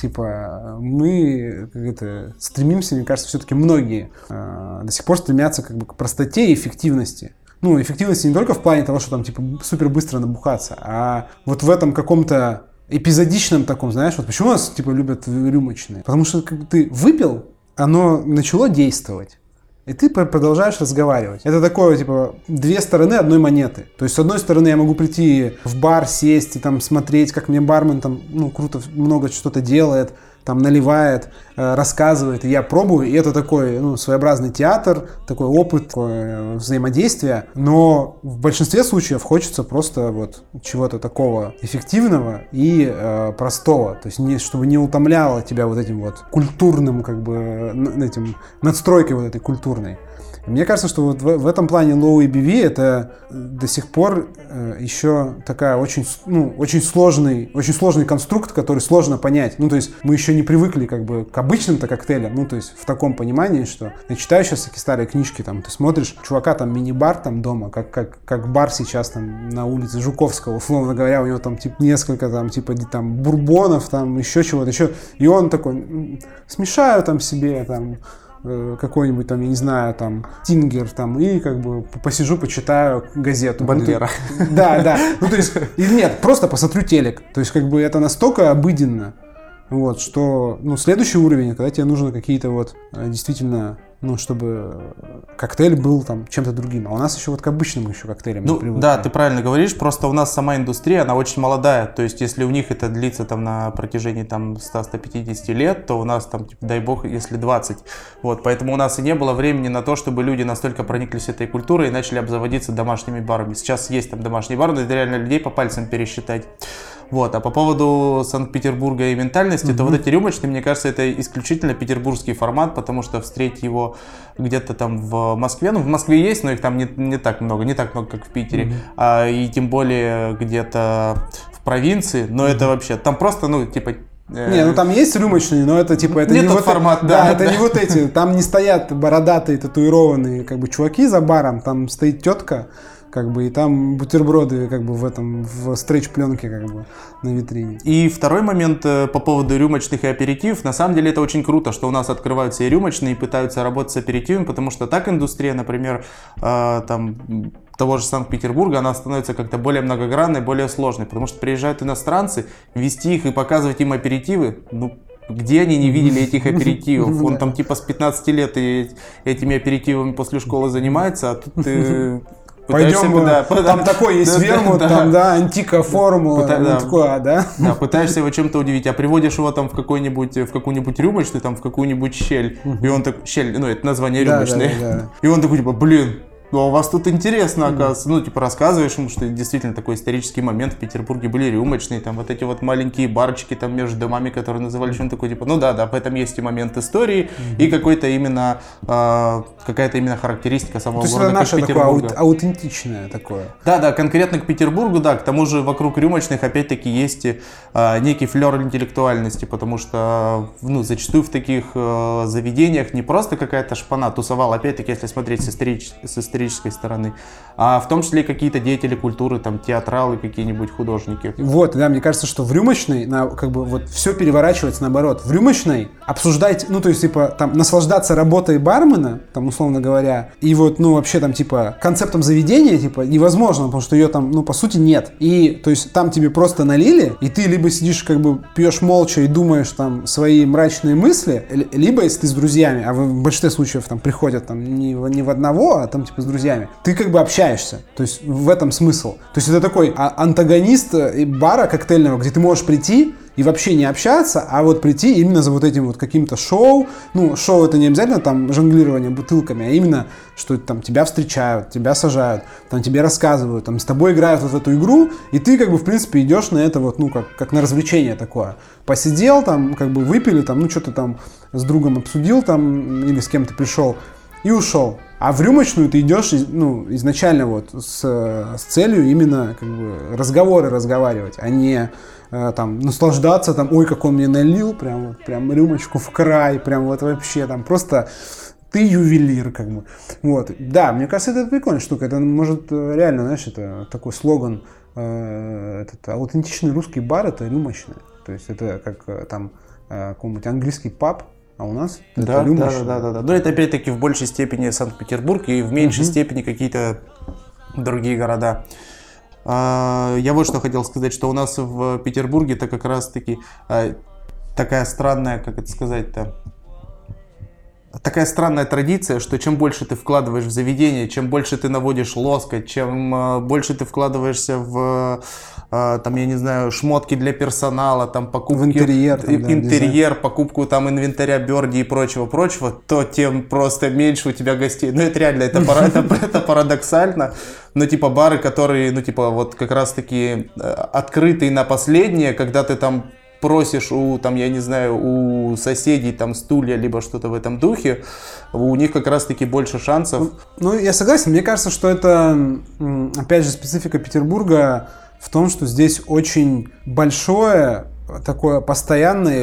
типа, мы как это, стремимся, мне кажется, все-таки многие до сих пор стремятся как бы к простоте и эффективности. Ну, эффективности не только в плане того, что там, типа, супер быстро набухаться, а вот в этом каком-то эпизодичном таком, знаешь, вот почему нас, типа, любят рюмочные? Потому что как ты выпил, оно начало действовать, и ты продолжаешь разговаривать. Это такое, типа, две стороны одной монеты. То есть, с одной стороны, я могу прийти в бар, сесть и там смотреть, как мне бармен там, ну, круто много что-то делает, там наливает, э, рассказывает, и я пробую, и это такой, ну, своеобразный театр, такой опыт, такое взаимодействие, но в большинстве случаев хочется просто вот чего-то такого эффективного и э, простого, то есть не, чтобы не утомляло тебя вот этим вот культурным, как бы, этим, надстройкой вот этой культурной. Мне кажется, что вот в, в этом плане low эй би ви это до сих пор э, еще такая очень, ну, очень сложный, очень сложный конструкт, который сложно понять. Ну, то есть мы еще не привыкли как бы к обычным-то коктейлям, ну, то есть в таком понимании, что я читаю сейчас такие старые книжки, там, ты смотришь, чувака там мини-бар там дома, как, как, как бар сейчас там на улице Жуковского, условно говоря, у него там типа несколько там типа там бурбонов, там еще чего-то, еще, и он такой, смешаю там себе там какой-нибудь там, я не знаю, там, Тингер, там, и как бы посижу, почитаю газету. Бандера. Да, да. Ну, то есть, или нет, просто посмотрю телек. То есть, как бы это настолько обыденно, вот, что, ну, следующий уровень, когда тебе нужно какие-то вот действительно, ну, чтобы коктейль был там чем-то другим. А у нас еще вот к обычным еще коктейлям ну, не привыкли. Да, ты правильно говоришь, просто у нас сама индустрия, она очень молодая. То есть, если у них это длится там на протяжении там сто - сто пятьдесят лет, то у нас там, типа, дай бог, если двадцать. Вот, поэтому у нас и не было времени на то, чтобы люди настолько прониклись этой культурой и начали обзаводиться домашними барами. Сейчас есть там домашние бары, но это реально людей по пальцам пересчитать. Вот. А по поводу Санкт-Петербурга и ментальности, mm-hmm. то вот эти рюмочные, мне кажется, это исключительно петербургский формат, потому что встретить его где-то там в Москве, ну в Москве есть, но их там не, не так много, не так много, как в Питере, mm-hmm. а, и тем более где-то в провинции, но mm-hmm. это вообще, там просто, ну, типа, Не, ну там есть рюмочные, но это типа это не, не тот вот формат, да, да, это да. не вот эти, там не стоят бородатые татуированные как бы чуваки за баром, там стоит тетка, как бы, и там бутерброды как бы в этом в стрейч-пленке как бы на витрине. И второй момент по поводу рюмочных и аперитив. На самом деле это очень круто, что у нас открываются и рюмочные, и пытаются работать с аперитивом, потому что так индустрия, например, э, там того же Санкт-Петербурга, она становится как-то более многогранной, более сложной, потому что приезжают иностранцы, вести их и показывать им аперитивы, ну, где они не видели этих аперитивов? Он там типа с пятнадцати лет и этими аперитивами после школы занимается, а тут ты... Пойдем, да, там да, такой есть да, вермут, да, там, да, антика формула, Пыта, да, такое, да? Да, пытаешься его чем-то удивить, а приводишь его там в какой-нибудь, в какую-нибудь рюмочную, там, в какую-нибудь щель, uh-huh. и он так, щель, ну, это название рюмочной, да, да, да, да. И он такой, типа, блин, ну, у вас тут интересно, оказывается. Mm-hmm. Ну, типа, рассказываешь ему, что действительно такой исторический момент. В Петербурге были рюмочные, там вот эти вот маленькие барочки там между домами, которые называли что-нибудь такое, типа, ну да, да, в этом есть и момент истории, mm-hmm. и какой-то именно, э, какая-то именно характеристика самого То города, как Петербурга. То есть это наше такое аутентичное такое. Да, да, конкретно к Петербургу, да, к тому же вокруг рюмочных опять-таки есть э, некий флер интеллектуальности, потому что, ну, зачастую в таких э, заведениях не просто какая-то шпана тусовала, опять-таки, если смотреть с исторической, с исторической стороны, а в том числе какие-то деятели культуры, там, театралы, какие-нибудь художники. Вот, да, мне кажется, что в рюмочной, на, как бы, вот все переворачивается наоборот. В рюмочной обсуждать, ну, то есть, типа, там, наслаждаться работой бармена, там, условно говоря, и вот, ну, вообще, там, типа, концептом заведения, типа, невозможно, потому что ее там, ну, по сути, нет. И, то есть, там тебе просто налили, и ты либо сидишь, как бы, пьешь молча и думаешь, там, свои мрачные мысли, либо, если ты с друзьями, а в большинстве случаев, там, приходят, там, не в, не в одного, а там, типа, с друзьями, ты как бы общаешься. То есть в этом смысл. То есть это такой антагонист бара коктейльного, где ты можешь прийти и вообще не общаться, а вот прийти именно за вот этим вот каким-то шоу. Ну, шоу это не обязательно там жонглирование бутылками, а именно, что там тебя встречают, тебя сажают, там тебе рассказывают, там с тобой играют вот в эту игру, и ты как бы в принципе идешь на это вот, ну, как, как на развлечение такое. Посидел там, как бы выпили там, ну, что-то там с другом обсудил там, или с кем-то пришел, и ушел. А в рюмочную ты идешь, ну, изначально вот с, с целью именно как бы разговоры разговаривать, а не э, там наслаждаться, там, ой, как он мне налил, прям, вот, прям рюмочку в край, прям вот вообще там просто ты ювелир, как бы. Вот. Да, мне кажется, это прикольная штука. Это может реально, знаешь, это такой слоган, э, этот аутентичный русский бар, это рюмочная. То есть это как э, там э, какой-нибудь английский паб. А у нас да, это да, да, да, да, да. Но это опять-таки в большей степени Санкт-Петербург и в меньшей угу. степени какие-то другие города. Я вот что хотел сказать, что у нас в Петербурге это как раз-таки такая странная, как это сказать-то, такая странная традиция, что чем больше ты вкладываешь в заведение, чем больше ты наводишь лоска, чем больше ты вкладываешься в, там, я не знаю, шмотки для персонала, там, покупки, в интерьер, там, интерьер да, покупку там инвентаря, бёрди и прочего-прочего, то тем просто меньше у тебя гостей. Ну, это реально, это, это, это парадоксально. Но, типа, бары, которые, ну, типа, вот как раз-таки открытые на последнее, когда ты там просишь у, там, я не знаю, у соседей там стулья, либо что-то в этом духе, у них как раз-таки больше шансов. Ну, я согласен. Мне кажется, что это, опять же, специфика Петербурга в том, что здесь очень большое, такое постоянное,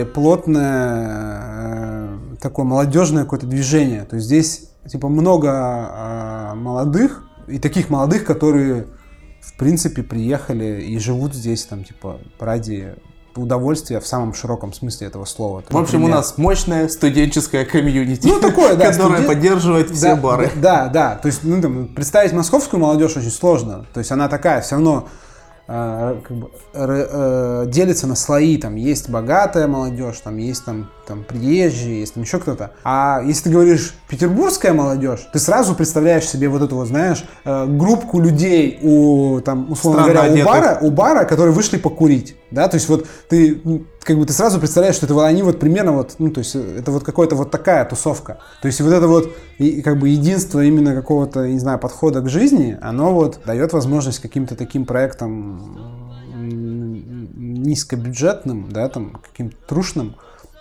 плотное, такое молодежное какое-то движение. То есть здесь, типа, много молодых, и таких молодых, которые, в принципе, приехали и живут здесь, там, типа, ради удовольствие в самом широком смысле этого слова. В общем, например, у нас мощная студенческая комьюнити, ну, такое, да, которая студент... поддерживает все да, бары. Да, да, то есть ну, там, представить московскую молодежь очень сложно. То есть она такая, все равно э, как бы, э, э, делится на слои. Там есть богатая молодежь, там есть там, там приезжие, есть там еще кто-то. А если ты говоришь петербургская молодежь, ты сразу представляешь себе вот эту вот, знаешь, э, группку людей у, там, условно Странно говоря, у бара, у бара, которые вышли покурить. Да, то есть вот ты как бы ты сразу представляешь, что это вот они вот примерно вот, ну то есть это вот какая-то вот такая тусовка. То есть вот это вот и, как бы единство именно какого-то, не знаю, подхода к жизни, оно вот дает возможность каким-то таким проектам низкобюджетным, да, там каким-то трушным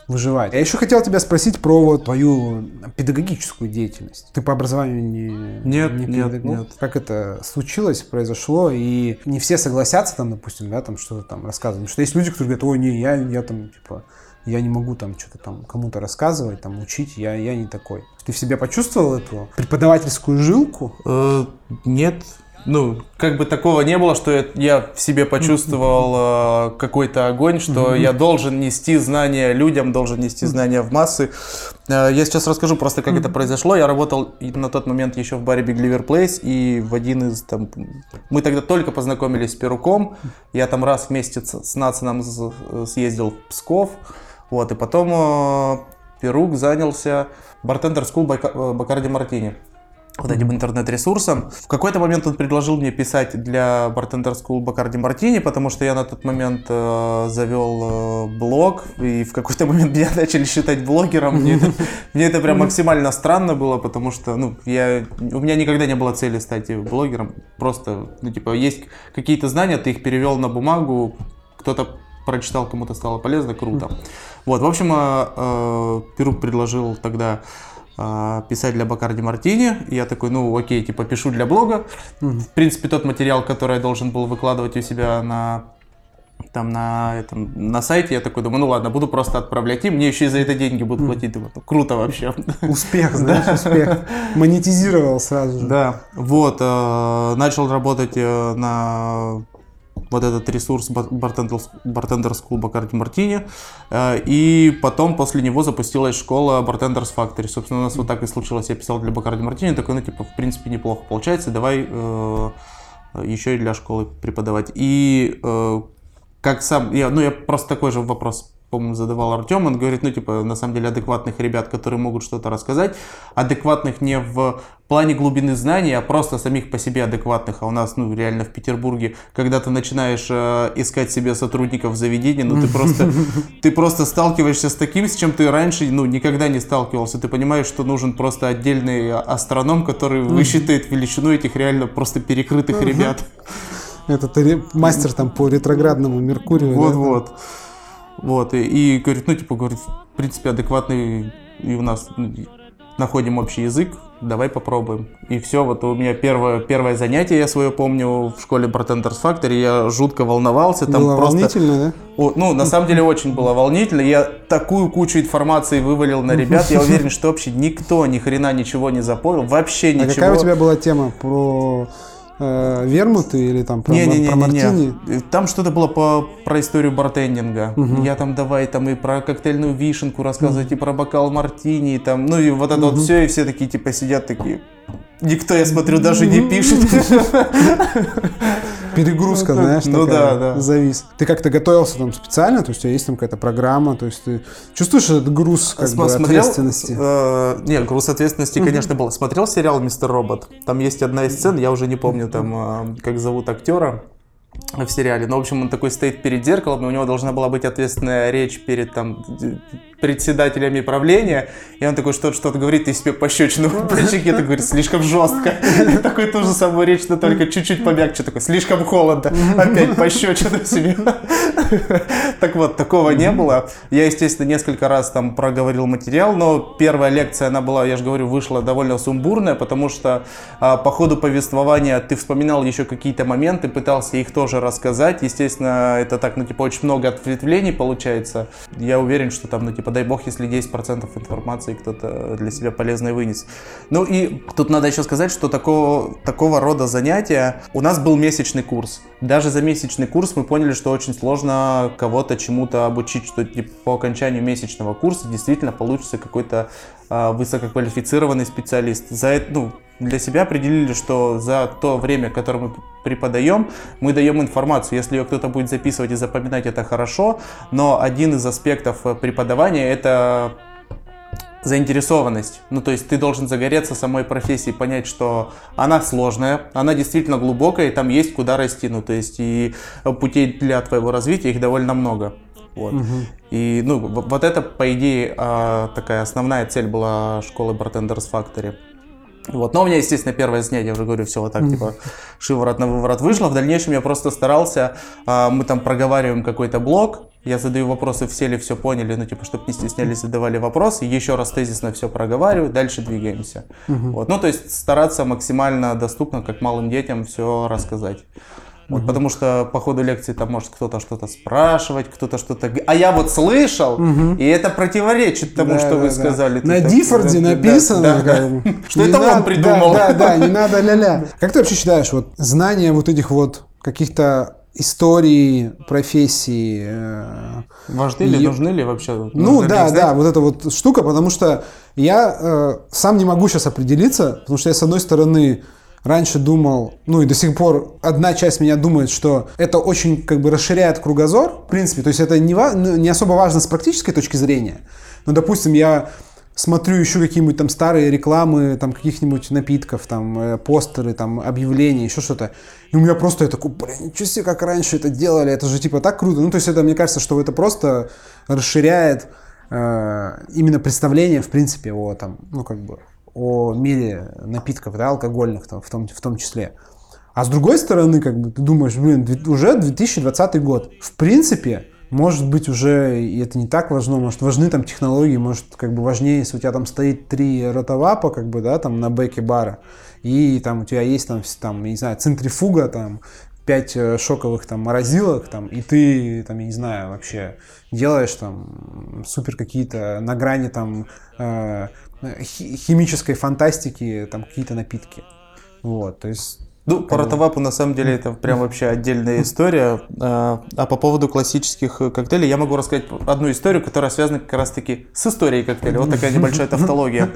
выживать. Я еще хотел тебя спросить про вот твою педагогическую деятельность. Ты по образованию не, нет, не нет, педагог? нет. Как это случилось, произошло, и не все согласятся там, допустим, да, там что-то там рассказывать. Потому что есть люди, которые говорят, ой, не, я, я там, типа, я не могу там что-то там кому-то рассказывать, там учить, я, я не такой. Ты в себе почувствовал эту преподавательскую жилку? Э, нет. Ну, как бы такого не было, что я, я в себе почувствовал э, какой-то огонь, что mm-hmm. я должен нести знания людям, должен нести знания в массы. Э, я сейчас расскажу просто, как mm-hmm. это произошло. Я работал на тот момент еще в баре Big Liver Place, и в один из там... Мы тогда только познакомились с Перуком. Я там раз в месяц с Нацином съездил в Псков. Вот, и потом э, Перук занялся Bartender School Bacardi Martini. Вот этим интернет-ресурсом. В какой-то момент он предложил мне писать для Bartender School Bacardi Martini, потому что я на тот момент э, завел э, блог, и в какой-то момент меня начали считать блогером. Мне это, мне это прям максимально странно было, потому что ну, я, у меня никогда не было цели стать блогером. Просто, ну, типа, есть какие-то знания, ты их перевел на бумагу, кто-то прочитал, кому-то стало полезно, круто. Вот, в общем, э, э, Перук предложил тогда писать для Bacardi Martini. Я такой, ну окей, типа пишу для блога. Mm-hmm. В принципе, тот материал, который я должен был выкладывать у себя на, там, на, этом, на сайте, я такой думаю, ну ладно, буду просто отправлять им, мне еще и за это деньги будут платить. Думаю, круто вообще. Успех, знаешь, успех. Монетизировал сразу же. Да, вот, начал работать на вот этот ресурс Bartender School Bacardi Martini, и потом после него запустилась школа Bartenders Factory. Собственно, у нас вот так и случилось. Я писал для Bacardi Martini, такой, ну, типа, в принципе, неплохо получается, давай э, еще и для школы преподавать. И э, как сам, я, ну, я просто такой же вопрос, по-моему, задавал Артем, он говорит, ну, типа, на самом деле, адекватных ребят, которые могут что-то рассказать, адекватных не в плане глубины знаний, а просто самих по себе адекватных, а у нас, ну, реально в Петербурге, когда ты начинаешь э, искать себе сотрудников в заведении, ну, ты просто, ты просто сталкиваешься с таким, с чем ты раньше, ну, никогда не сталкивался, ты понимаешь, что нужен просто отдельный астроном, который высчитает величину этих реально просто перекрытых ребят. Это мастер там по ретроградному Меркурию. Вот-вот. Вот, и, и говорит, ну, типа, говорит, в принципе, адекватный, и у нас ну, находим общий язык, давай попробуем. И все, вот у меня первое, первое занятие, я свое помню, в школе Bartenders Factory, я жутко волновался. Там было просто... волнительно, да? О, ну, на самом деле, очень было волнительно. Я такую кучу информации вывалил на ребят, я уверен, что вообще никто ни хрена ничего не запомнил, вообще ничего. А какая у тебя была тема про... вермуты или там про, не, не, не, про мартини? Не. Там что-то было по, про историю бартендинга. Угу. Я там давай там и про коктейльную вишенку рассказывать, угу. и про бокал мартини, и там, ну и вот это угу. вот все, и все такие типа сидят такие. Никто, я смотрю, даже не пишет. Перегрузка, знаешь, ну, такая, да, да. завис. Ты как-то готовился там специально? То есть у тебя есть там какая-то программа? То есть ты чувствуешь этот груз как бы, ответственности? Э, нет, груз ответственности, конечно, был. Смотрел сериал «Мистер Робот»? Там есть одна из сцен, я уже не помню, там, э, как зовут актера в сериале. Но, в общем, он такой стоит перед зеркалом, и у него должна была быть ответственная речь перед там председателями правления, и он такой что-то что-то говорит, и себе пощечину в плечике, это говорит, слишком жестко. Такой ту же самую речь, но только чуть-чуть помягче, такой, слишком холодно, опять пощечину себе. Так вот, такого не было. Я, естественно, несколько раз там проговорил материал, но первая лекция, она была, я же говорю, вышла довольно сумбурная, потому что а, по ходу повествования ты вспоминал еще какие-то моменты, пытался их тоже рассказать. Естественно, это так, ну, типа, очень много ответвлений получается. Я уверен, что там, ну, типа, дай бог, если десять процентов информации кто-то для себя полезной вынес. Ну и тут надо еще сказать, что такого, такого рода занятия, у нас был месячный курс. Даже за месячный курс мы поняли, что очень сложно кого-то чему-то обучить, что типа, по окончанию месячного курса действительно получится какой-то а, высококвалифицированный специалист. За это, ну, для себя определили, что за то время, которое мы преподаем, мы даем информацию. Если ее кто-то будет записывать и запоминать, это хорошо, но один из аспектов преподавания — это заинтересованность. Ну, то есть ты должен загореться самой профессией, понять, что она сложная, она действительно глубокая, и там есть куда расти. Ну, то есть и путей для твоего развития их довольно много. Вот. Угу. И, ну, вот это, по идее, такая основная цель была школы Bartenders Factory. Вот. Но у меня, естественно, первое занятие, я уже говорю, все вот так, mm-hmm. типа, шиворот на выворот вышло. В дальнейшем я просто старался, мы там проговариваем какой-то блок, я задаю вопросы, все ли все поняли, ну, типа, чтобы не стеснялись, задавали вопросы, еще раз тезисно все проговариваю, дальше двигаемся. Uh-huh. Вот. Ну, то есть стараться максимально доступно, как малым детям, все рассказать. Вот, угу. Потому что по ходу лекции там может кто-то что-то спрашивать, кто-то что-то... А я вот слышал, угу. и это противоречит тому, да, что да, вы да. сказали. На Диффорде да, написано, да, да, да. что это он придумал. Да, да, да, не надо ля-ля. Как ты вообще считаешь, вот знание вот этих вот каких-то историй, профессий... Важны ли, и... нужны ли вообще? Ну да, да, вот эта вот штука, потому что я э, сам не могу сейчас определиться, потому что я, с одной стороны... Раньше думал, ну и до сих пор одна часть меня думает, что это очень как бы расширяет кругозор, в принципе, то есть это не, не особо важно с практической точки зрения, но, допустим, я смотрю еще какие-нибудь там старые рекламы, там каких-нибудь напитков, там постеры, там объявления, еще что-то, и у меня просто я такой, блин, ничего себе, как раньше это делали, это же типа так круто, ну то есть это, мне кажется, что это просто расширяет э, именно представление, в принципе, о там, ну как бы, о мире напитков, да, алкогольных там, в, том, в том числе. А с другой стороны, как бы, ты думаешь, блин, уже две тысячи двадцатый год. В принципе, может быть, уже и это не так важно, может, важны там технологии, может, как бы важнее, если у тебя там стоит три ротовапа, как бы, да, там на бэке бара, и там у тебя есть там, там не знаю, центрифуга, там, пять шоковых там морозилок, там, и ты, там, я не знаю, вообще делаешь там супер какие-то на грани там э, химической фантастики, там какие-то напитки. Вот, то есть... Ну, по ротовапу, на самом деле, это прям вообще отдельная история. А, а по поводу классических коктейлей, я могу рассказать одну историю, которая связана как раз-таки с историей коктейля. Вот такая небольшая тавтология.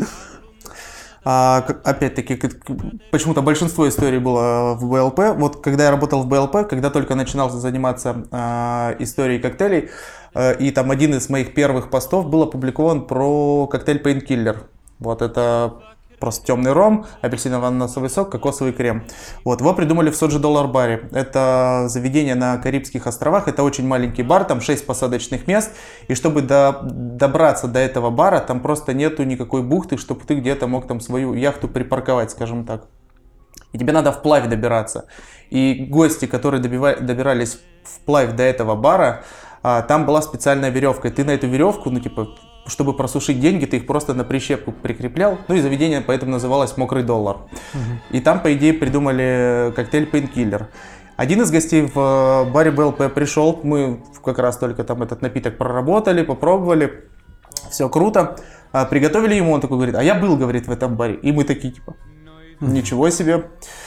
А, опять-таки, почему-то большинство историй было в бэ эл пэ. Вот когда я работал в бэ эл пэ, когда только начинал заниматься а, историей коктейлей, а, и там один из моих первых постов был опубликован про коктейль Painkiller. Вот это просто темный ром, апельсиново-ананасовый сок, кокосовый крем. Вот, его придумали в Соджи Доллар баре. Это заведение на Карибских островах, это очень маленький бар, там шесть посадочных мест. И чтобы до, добраться до этого бара, там просто нету никакой бухты, чтобы ты где-то мог там свою яхту припарковать, скажем так. И тебе надо вплавь добираться. И гости, которые добива- добирались вплавь до этого бара, а, там была специальная веревка. И ты на эту веревку, ну типа... чтобы просушить деньги, ты их просто на прищепку прикреплял. Ну и заведение поэтому называлось «Мокрый доллар». Uh-huh. И там, по идее, придумали коктейль Painkiller. Один из гостей в баре бэ эл пэ пришел, мы как раз только там этот напиток проработали, попробовали, все круто. А, приготовили ему, он такой говорит, а я был, говорит, в этом баре. И мы такие, типа, ничего себе.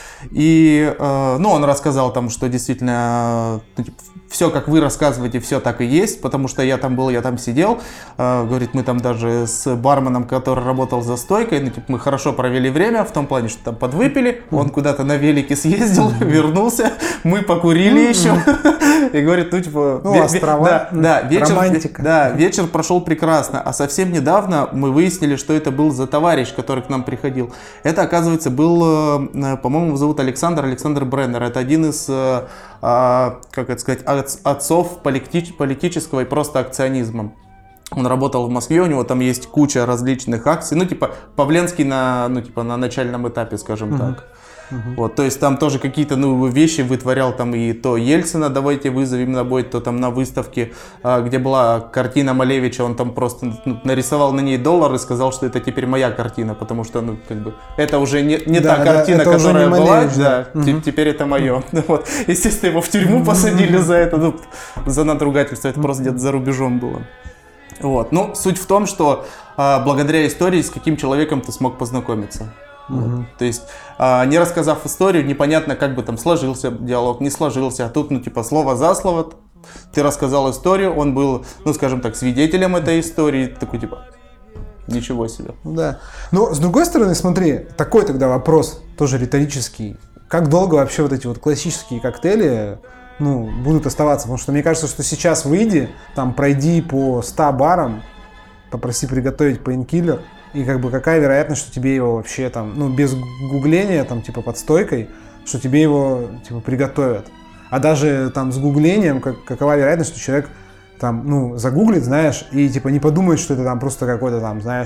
И, э, ну, он рассказал там, что действительно, ну, типа, все, как вы рассказываете, все так и есть, потому что я там был, я там сидел, э, говорит, мы там даже с барменом, который работал за стойкой, ну, типа, мы хорошо провели время, в том плане, что там подвыпили, он куда-то на велике съездил, вернулся, мы покурили еще, и говорит, ну, типа, ну, острова, да, вечер, да, вечер прошел прекрасно, а совсем недавно мы выяснили, что это был за товарищ, который к нам приходил. Это, оказывается, был, по-моему, его зовут Александр, Александр Бреннер. Это один из, э, э, как это сказать, отцов политич- политического и просто акционизма. Он работал в Москве, у него там есть куча различных акций, ну типа Павленский на, ну, типа, на начальном этапе, скажем uh-huh. так. Uh-huh. Вот, то есть там тоже какие-то ну, вещи вытворял, там и то Ельцина давайте вызовем на бой, то там на выставке, где была картина Малевича, он там просто ну, нарисовал на ней доллар и сказал, что это теперь моя картина, потому что ну, как бы, это уже не, не да, та картина, да, которая была, Малевич, да, да. Uh-huh. теперь это мое. Вот. Естественно, его в тюрьму посадили за это, ну, за надругательство, это просто где-то за рубежом было. Вот. Ну, суть в том, что а, благодаря истории с каким человеком ты смог познакомиться. Uh-huh. Вот. То есть, а, не рассказав историю, непонятно, как бы там сложился диалог, не сложился. А тут, ну, типа, слово за слово, ты рассказал историю, он был, ну, скажем так, свидетелем этой истории, такой, типа, ничего себе. Да. Но, с другой стороны, смотри, такой тогда вопрос, тоже риторический. Как долго вообще вот эти вот классические коктейли, ну, будут оставаться? Потому что мне кажется, что сейчас выйди, там, пройди по ста барам, попроси приготовить Painkiller, и как бы какая вероятность, что тебе его вообще там, ну, без гугления, там, типа, под стойкой, что тебе его, типа, приготовят. А даже там с гуглением, как, какова вероятность, что человек там, ну, загуглит, знаешь, и, типа, не подумает, что это там просто какой-то там, знаешь,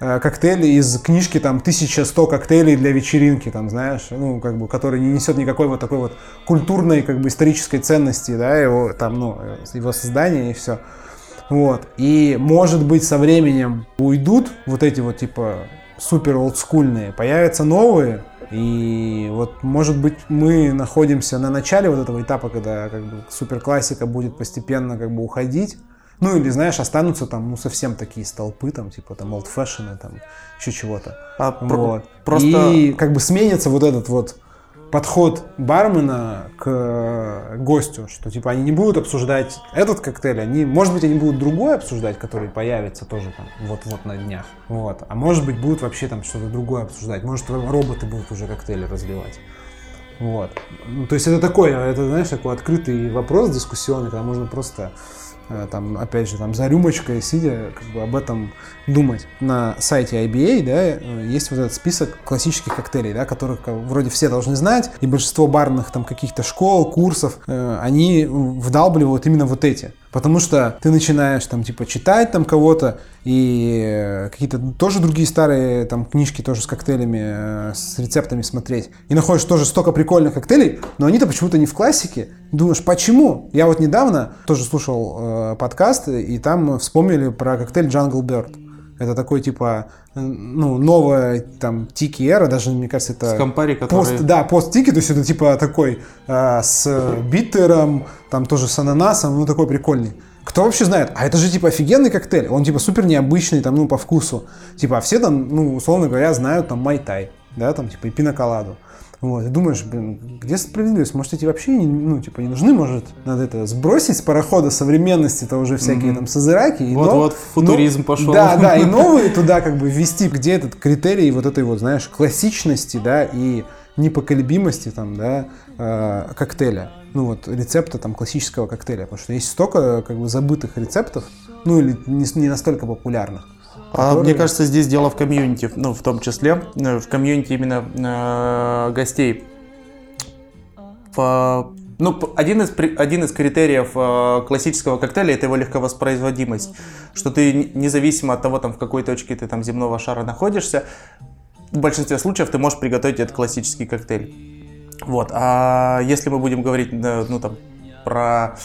э, коктейли из книжки там тысяча сто коктейлей для вечеринки, там, знаешь, ну, как бы, который не несет никакой вот такой вот культурной, как бы, исторической ценности, да, его там, ну, его создания и все. Вот. И, может быть, со временем уйдут вот эти вот, типа, супер олдскульные, появятся новые, и вот, может быть, мы находимся на начале вот этого этапа, когда, как бы, супер классика будет постепенно, как бы, уходить. Ну, или, знаешь, останутся там, ну, совсем такие столпы, там, типа, там, old fashion, там, еще чего-то. А, вот. Просто... И, как бы, сменится вот этот вот подход бармена к гостю, что, типа, они не будут обсуждать этот коктейль, они, может быть, они будут другой обсуждать, который появится тоже там вот-вот на днях, вот, а может быть, будут вообще там что-то другое обсуждать, может, роботы будут уже коктейли разливать, вот. Ну, то есть это такой, это, знаешь, такой открытый вопрос дискуссионный, когда можно просто там, опять же, там, за рюмочкой сидя, как бы об этом думать. На сайте ай би эй, да, есть вот этот список классических коктейлей, да, которых вроде все должны знать, и большинство барных там каких-то школ, курсов, э, они вдалбливают именно вот эти. Потому что ты начинаешь там типа читать там кого-то, и какие-то тоже другие старые там книжки тоже с коктейлями, с рецептами смотреть. И находишь тоже столько прикольных коктейлей, но они-то почему-то не в классике. Думаешь, почему? Я вот недавно тоже слушал э, подкаст, и там вспомнили про коктейль Jungle Bird. Это такой типа, ну, новая там тики-эра, даже, мне кажется, это... С Campari, который... Пост, да, пост-тики, то есть это типа такой э, с биттером, там тоже с ананасом, ну, такой прикольный. Кто вообще знает? А это же типа офигенный коктейль, он типа супер необычный, там, ну, по вкусу. Типа, а все там, ну, условно говоря, знают там майтай, да, там, типа, и пиноколаду. Вот, и думаешь, блин, где справедливость? Может, эти вообще, ну, типа, не нужны, может, надо это сбросить с парохода современности-то уже всякие mm-hmm. там созыраки. И вот, нов... вот, футуризм но... пошел. Да, да, и новые туда как бы ввести, где этот критерий вот этой вот, знаешь, классичности, да, и непоколебимости там, да, э, коктейля. Ну, вот, рецепта там классического коктейля. Потому что есть столько, как бы, забытых рецептов, ну, или не, не настолько популярных. Которые... Мне кажется, здесь дело в комьюнити, ну, в том числе, в комьюнити именно э, гостей. В, ну, один из, один из критериев э, классического коктейля – это его легковоспроизводимость. Что ты, независимо от того, там, в какой точке ты там земного шара находишься, в большинстве случаев ты можешь приготовить этот классический коктейль. Вот. А если мы будем говорить, ну, там, про...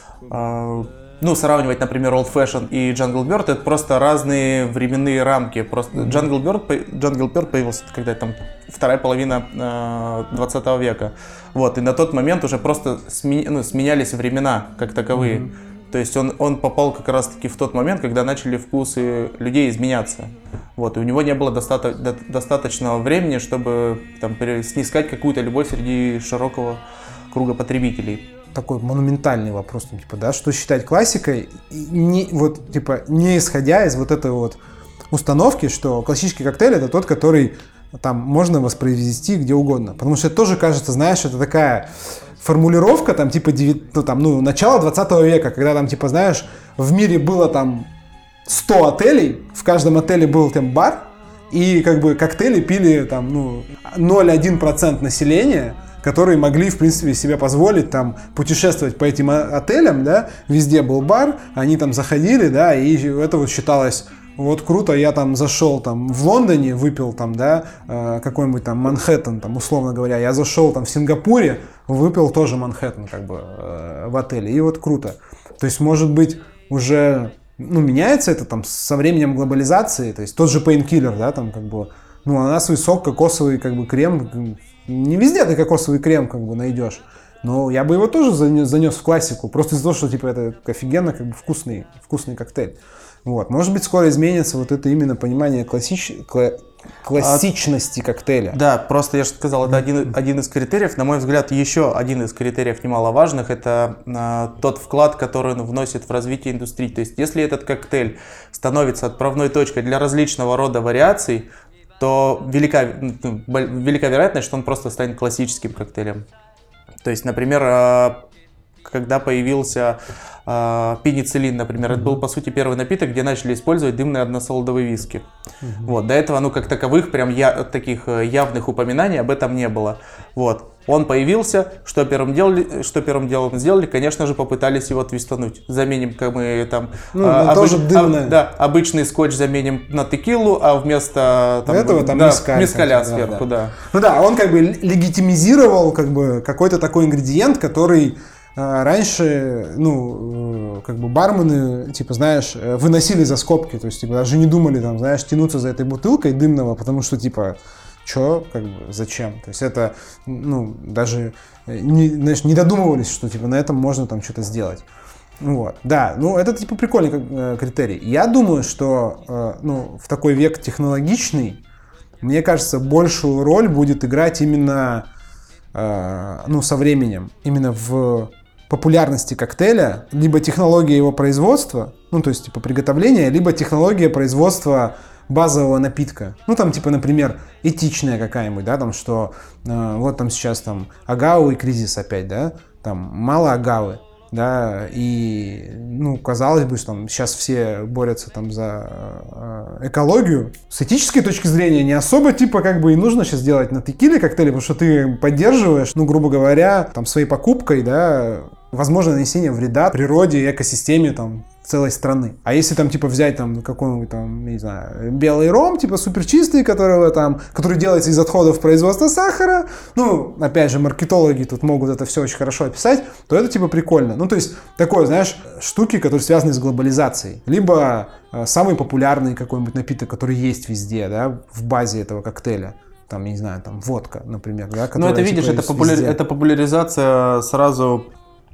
Э, Ну, сравнивать, например, Old Fashion и Jungle Bird, это просто разные временные рамки. Просто Jungle Bird, Jungle Bird появился, когда там вторая половина э, двадцатого века. Вот, и на тот момент уже просто сме, ну, сменялись времена как таковые. Mm-hmm. То есть он, он попал как раз-таки в тот момент, когда начали вкусы людей изменяться. Вот, и у него не было достаточно, до, достаточного времени, чтобы там, снискать какую-то любовь среди широкого круга потребителей. Такой монументальный вопрос, типа, да, что считать классикой, не, вот, типа, не исходя из вот этой вот установки, что классический коктейль — это тот, который там можно воспроизвести где угодно. Потому что это тоже кажется, знаешь, это такая формулировка, там, типа, девять, ну, там, ну, начало двадцатого века, когда там, типа, знаешь, в мире было там сто отелей, в каждом отеле был там бар, и, как бы, коктейли пили там, ну, ноль целых одна десятая процента населения, которые могли, в принципе, себе позволить там путешествовать по этим отелям, да, везде был бар, они там заходили, да, и это вот считалось, вот круто, я там зашел там в Лондоне, выпил там, да, какой-нибудь там Манхэттен, там, условно говоря, я зашел там в Сингапуре, выпил тоже Манхэттен, как бы, в отеле, и вот круто. То есть, может быть, уже, ну, меняется это там со временем глобализации, то есть тот же Painkiller, да, там, как бы, ну, ананасовый сок, кокосовый, как бы, крем. Не везде ты кокосовый крем как бы найдешь, но я бы его тоже занес, занес в классику, просто из-за того, что типа это офигенно как бы вкусный, вкусный коктейль. Вот. Может быть, скоро изменится вот это именно понимание классич... кла... классичности а, коктейля. Да, просто я же сказал, это один, один из критериев. На мой взгляд, еще один из критериев немаловажных – это а, тот вклад, который он вносит в развитие индустрии. То есть, если этот коктейль становится отправной точкой для различного рода вариаций, то велика, ну, велика вероятность, что он просто станет классическим коктейлем. То есть, например, когда появился пенициллин, например, mm-hmm. это был, по сути, первый напиток, где начали использовать дымные односолодовые виски. Mm-hmm. Вот, до этого, ну, как таковых, прям я, таких явных упоминаний об этом не было. Вот. Он появился, что первым, делали, что первым делом сделали, конечно же, попытались его твистануть. Заменим, как мы там... Ну, а, тоже обыч, а, да, обычный скотч заменим на текилу, а вместо... Там, этого там да, мискаль, мискаля да, сверху, да, да. Ну да, он как бы легитимизировал как бы какой-то такой ингредиент, который а, раньше, ну, как бы бармены, типа, знаешь, выносили за скобки, то есть, типа, даже не думали, там, знаешь, тянуться за этой бутылкой дымного, потому что, типа... Чё, как бы, зачем? То есть это, ну, даже, не, знаешь, не додумывались, что, типа, на этом можно там что-то сделать. Вот, да, ну, это, типа, прикольный критерий. Я думаю, что, ну, в такой век технологичный, мне кажется, большую роль будет играть именно, ну, со временем, именно в популярности коктейля, либо технология его производства, ну, то есть, типа, приготовления, либо технология производства базового напитка. Ну, там, типа, например, этичная какая-нибудь, да, там, что э, вот там сейчас там агавы и кризис опять, да, там мало агавы, да, и, ну, казалось бы, что там сейчас все борются там за э, экологию. С этической точки зрения не особо, типа, как бы и нужно сейчас делать на текиле коктейли, потому что ты поддерживаешь, ну, грубо говоря, там, своей покупкой, да, возможно нанесение вреда природе и экосистеме, там, целой страны. А если там типа взять там какой-нибудь там, не знаю, белый ром, типа суперчистый, которого там, который делается из отходов производства сахара, ну, опять же, маркетологи тут могут это все очень хорошо описать, то это типа прикольно. Ну, то есть, такое, знаешь, штуки, которые связаны с глобализацией. Либо э, самый популярный какой-нибудь напиток, который есть везде, да, в базе этого коктейля. Там, не знаю, там водка, например, да, которая, ну, это, видишь, типа, это, популяр... это популяризация сразу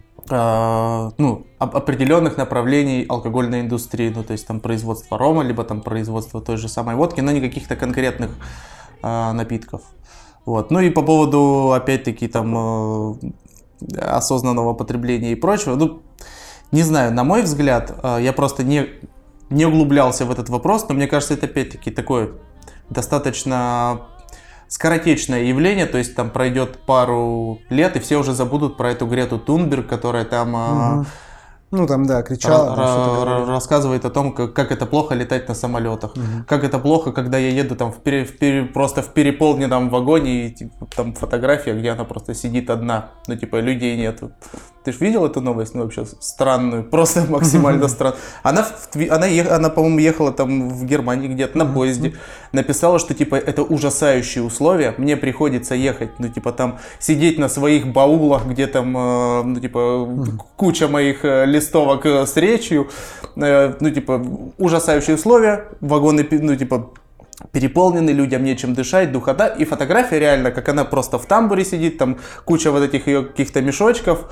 ну, определенных направлений алкогольной индустрии, ну, то есть там производство рома, либо там производство той же самой водки, но не каких-то конкретных а, напитков. Вот. Ну и по поводу, опять-таки, там а, осознанного потребления и прочего, ну, не знаю, на мой взгляд, а, я просто не, не углублялся в этот вопрос, но мне кажется, это опять-таки такое достаточно скоротечное явление, то есть там пройдет пару лет, и все уже забудут про эту Грету Тунберг, которая там... Угу. Ну там, да, кричала. Р- там, рассказывает о том, как, как это плохо летать на самолетах. Угу. Как это плохо, когда я еду там в пере, в пере, просто в переполненном вагоне, и типа, там фотография, где она просто сидит одна. Ну типа людей нету. Ты же видел эту новость? Ну вообще странную, просто максимально странную. Она, она, она, по-моему, ехала там в Германии где-то на поезде. Написала, что типа это ужасающие условия. Мне приходится ехать, ну типа там сидеть на своих баулах, где там, ну типа куча моих листовок с речью, ну, типа, ужасающие условия, вагоны, ну, типа, переполнены, людям нечем дышать, духота, и фотография реально, как она просто в тамбуре сидит, там куча вот этих ее каких-то мешочков,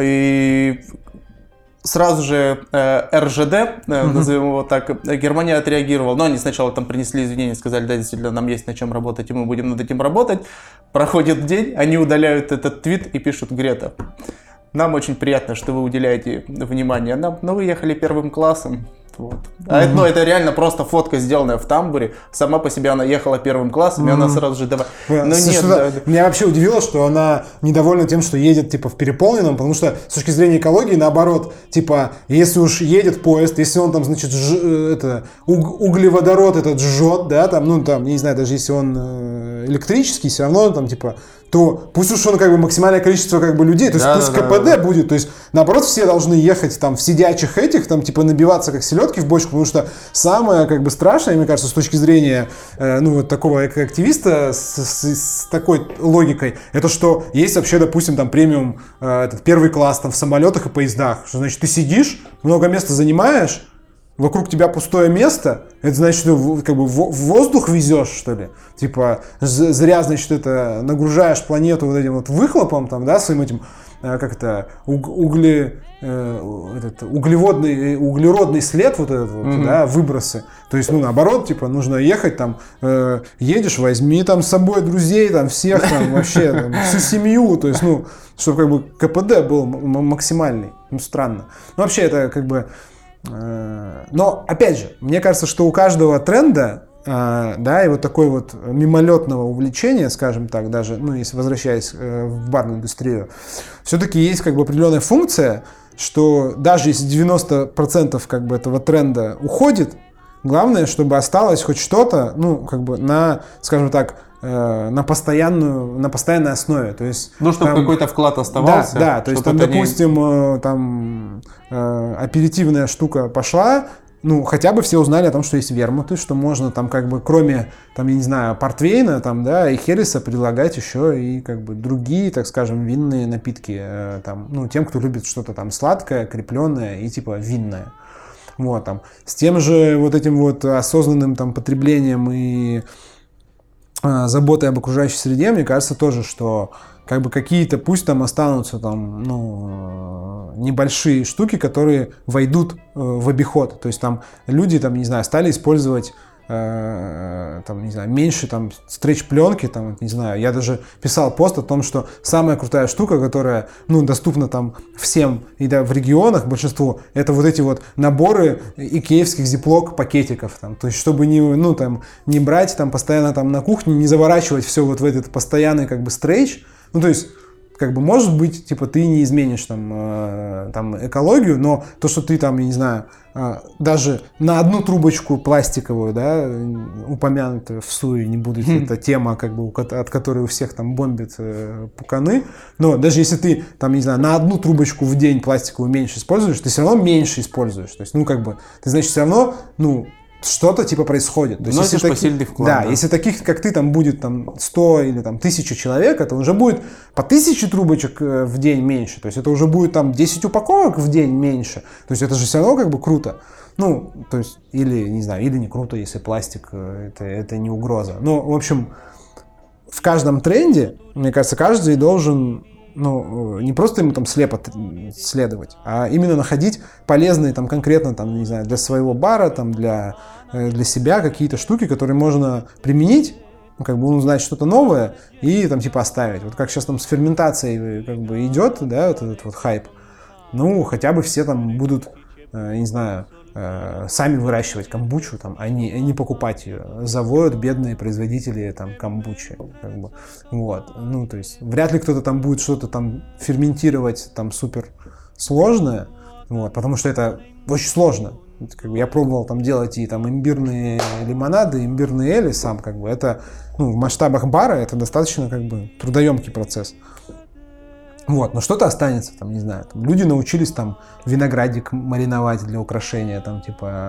и сразу же э, эр жэ дэ, э, uh-huh. назовем его так, Германия отреагировала, но они сначала там принесли извинения, сказали, да, действительно, нам есть над чем работать, и мы будем над этим работать. Проходит день, они удаляют этот твит и пишут: Грета, нам очень приятно, что вы уделяете внимание нам, но вы ехали первым классом. Вот. А mm-hmm. это, ну, это реально просто фотка, сделанная в тамбуре. Сама по себе она ехала первым классом, mm-hmm. и она сразу же давай. Ну, нет, да, да. Меня вообще удивило, что она недовольна тем, что едет типа в переполненном, потому что с точки зрения экологии, наоборот, типа, если уж едет поезд, если он там, значит, ж, это, углеводород этот жжет, да, там, ну там, не знаю, даже если он электрический, все равно там типа, то пусть уж он как бы максимальное количество как бы людей, то есть да, пусть да, ка пэ дэ да, да. будет, то есть наоборот все должны ехать там в сидячих этих, там типа набиваться как селедки в бочку, потому что самое как бы страшное, мне кажется, с точки зрения э, ну вот такого экоактивиста с, с, с такой логикой, это что есть вообще, допустим, там премиум э, этот первый класс там в самолетах и поездах, что значит ты сидишь, много места занимаешь, вокруг тебя пустое место, это значит, что как бы в воздух везешь, что ли? Типа, зря, значит, это нагружаешь планету вот этим вот выхлопом, там, да, своим этим, как это, угли, этот, углеводный, углеродный след, вот этот вот, mm-hmm. да, выбросы. То есть, ну, наоборот, типа, нужно ехать, там, едешь, возьми там с собой друзей, там, всех, там, вообще, там, всю семью, то есть, ну, чтобы, как бы, ка пэ дэ был максимальный. Ну, странно. Ну, вообще, это, как бы, но, опять же, мне кажется, что у каждого тренда, да, и вот такой вот мимолетного увлечения, скажем так, даже, ну, если возвращаясь в барную индустрию, все-таки есть как бы определенная функция, что даже если девяносто процентов как бы этого тренда уходит, главное, чтобы осталось хоть что-то, ну, как бы на, скажем так, э, на постоянную, на постоянной основе. То есть, ну, чтобы там, какой-то вклад оставался. Да, да, то есть там, допустим, не... там э, аперитивная штука пошла, ну, хотя бы все узнали о том, что есть вермуты, что можно там как бы кроме, там, я не знаю, портвейна там, да, и хереса предлагать еще и как бы другие, так скажем, винные напитки, э, там, ну, тем, кто любит что-то там сладкое, крепленное и типа винное. Вот, там, с тем же вот этим вот осознанным там потреблением и э, заботой об окружающей среде, мне кажется тоже, что как бы какие-то, пусть там останутся там, ну, небольшие штуки, которые войдут э, в обиход. То есть там люди, там, не знаю, стали использовать э, там, не знаю, меньше там стретч-пленки, там, не знаю. Я даже писал пост о том, что самая крутая штука, которая, ну, доступна там всем и да, в регионах, большинству, это вот эти вот наборы икеевских зиплок пакетиков. Там. То есть чтобы не, ну, там, не брать там постоянно там на кухне, не заворачивать все вот в этот постоянный как бы стрейч. Ну, то есть, как бы, может быть, типа, ты не изменишь там, э, там экологию, но то, что ты там, я не знаю, э, даже на одну трубочку пластиковую, да, упомянутую в суе, не будет mm. эта тема, как бы, от которой у всех там бомбят э, пуканы, но даже если ты, там, не знаю, на одну трубочку в день пластиковую меньше используешь, ты все равно меньше используешь. То есть, ну, как бы, ты, значит, все равно, ну, что-то типа происходит. То есть, если таки, вклад, да, да, если таких, как ты, там будет там сто или там тысяча человек, это уже будет по тысяче трубочек в день меньше. То есть это уже будет там десять упаковок в день меньше. То есть это же все равно как бы круто. Ну, то есть, или, не знаю, или не круто, если пластик, это, это не угроза. Ну, в общем, в каждом тренде, мне кажется, каждый должен... Ну, не просто ему там слепо следовать, а именно находить полезные там конкретно там, не знаю, для своего бара, там, для, для себя какие-то штуки, которые можно применить, ну, как бы узнать что-то новое и там типа оставить. Вот как сейчас там с ферментацией как бы идет, да, вот этот вот хайп, ну, хотя бы все там будут, не знаю, сами выращивать камбучу, там, а не, а не покупать ее. Завоют бедные производители там камбучи. Как бы. Вот. Ну, то есть, вряд ли кто-то там будет что-то там ферментировать там супер сложное, вот, потому что это очень сложно. Это, как бы, я пробовал там делать и там имбирные лимонады, имбирные эли сам, как бы, это, ну, в масштабах бара это достаточно как бы трудоемкий процесс. Вот, но что-то останется, там, не знаю, там, люди научились там виноградик мариновать для украшения, там,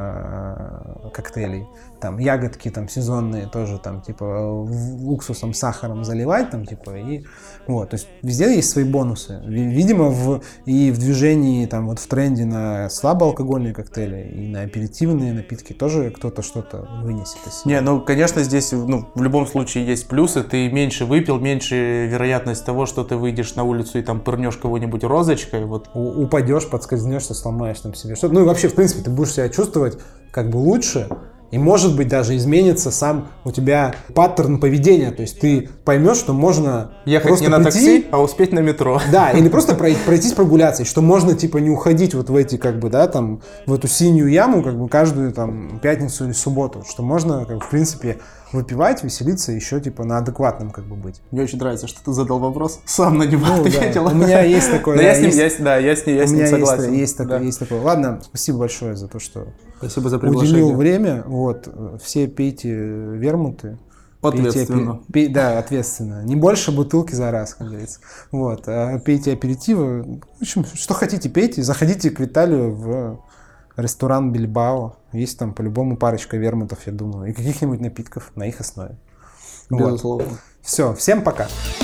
типа, коктейлей, там, ягодки, там, сезонные тоже, там, типа, уксусом, сахаром заливать, там, типа, и, вот, то есть, везде есть свои бонусы, видимо, в, и в движении, там, вот в тренде на слабоалкогольные коктейли и на аперитивные напитки тоже кто-то что-то вынесет из себя. Не, ну, конечно, здесь, ну, в любом случае есть плюсы, ты меньше выпил, меньше вероятность того, что ты выйдешь на улицу и там пырнешь кого-нибудь розочкой, вот. У- упадешь, подскользнешься, сломаешь там себе что-то. Ну и вообще, в принципе, ты будешь себя чувствовать как бы лучше, и может быть даже изменится сам у тебя паттерн поведения, то есть ты поймешь, что можно ехать просто не на прийти, такси, а успеть на метро. Да, или просто пройти, пройтись прогуляться, и что можно типа не уходить вот в эти как бы, да, там, в эту синюю яму как бы каждую там пятницу или субботу, что можно как бы, в принципе выпивать, веселиться, еще типа на адекватном как бы быть. Мне очень нравится, что ты задал вопрос, сам на него ну, ответил. Да. У меня есть такое. Да, да, я с ним, есть, я, да, я с ним, я с ним согласен. Есть, есть, да. такое, есть такое. Ладно, спасибо большое за то, что спасибо за приглашение. Уделил время. Вот, все пейте вермуты. Ответственно. Пейте, пей, да, ответственно. Не больше бутылки за раз, как говорится. Вот, а пейте аперитивы. В общем, что хотите, пейте. Заходите к Виталию в ресторан Бильбао. Есть там по-любому парочка вермутов, я думаю, и каких-нибудь напитков на их основе. Безусловно. Вот. Все, всем пока.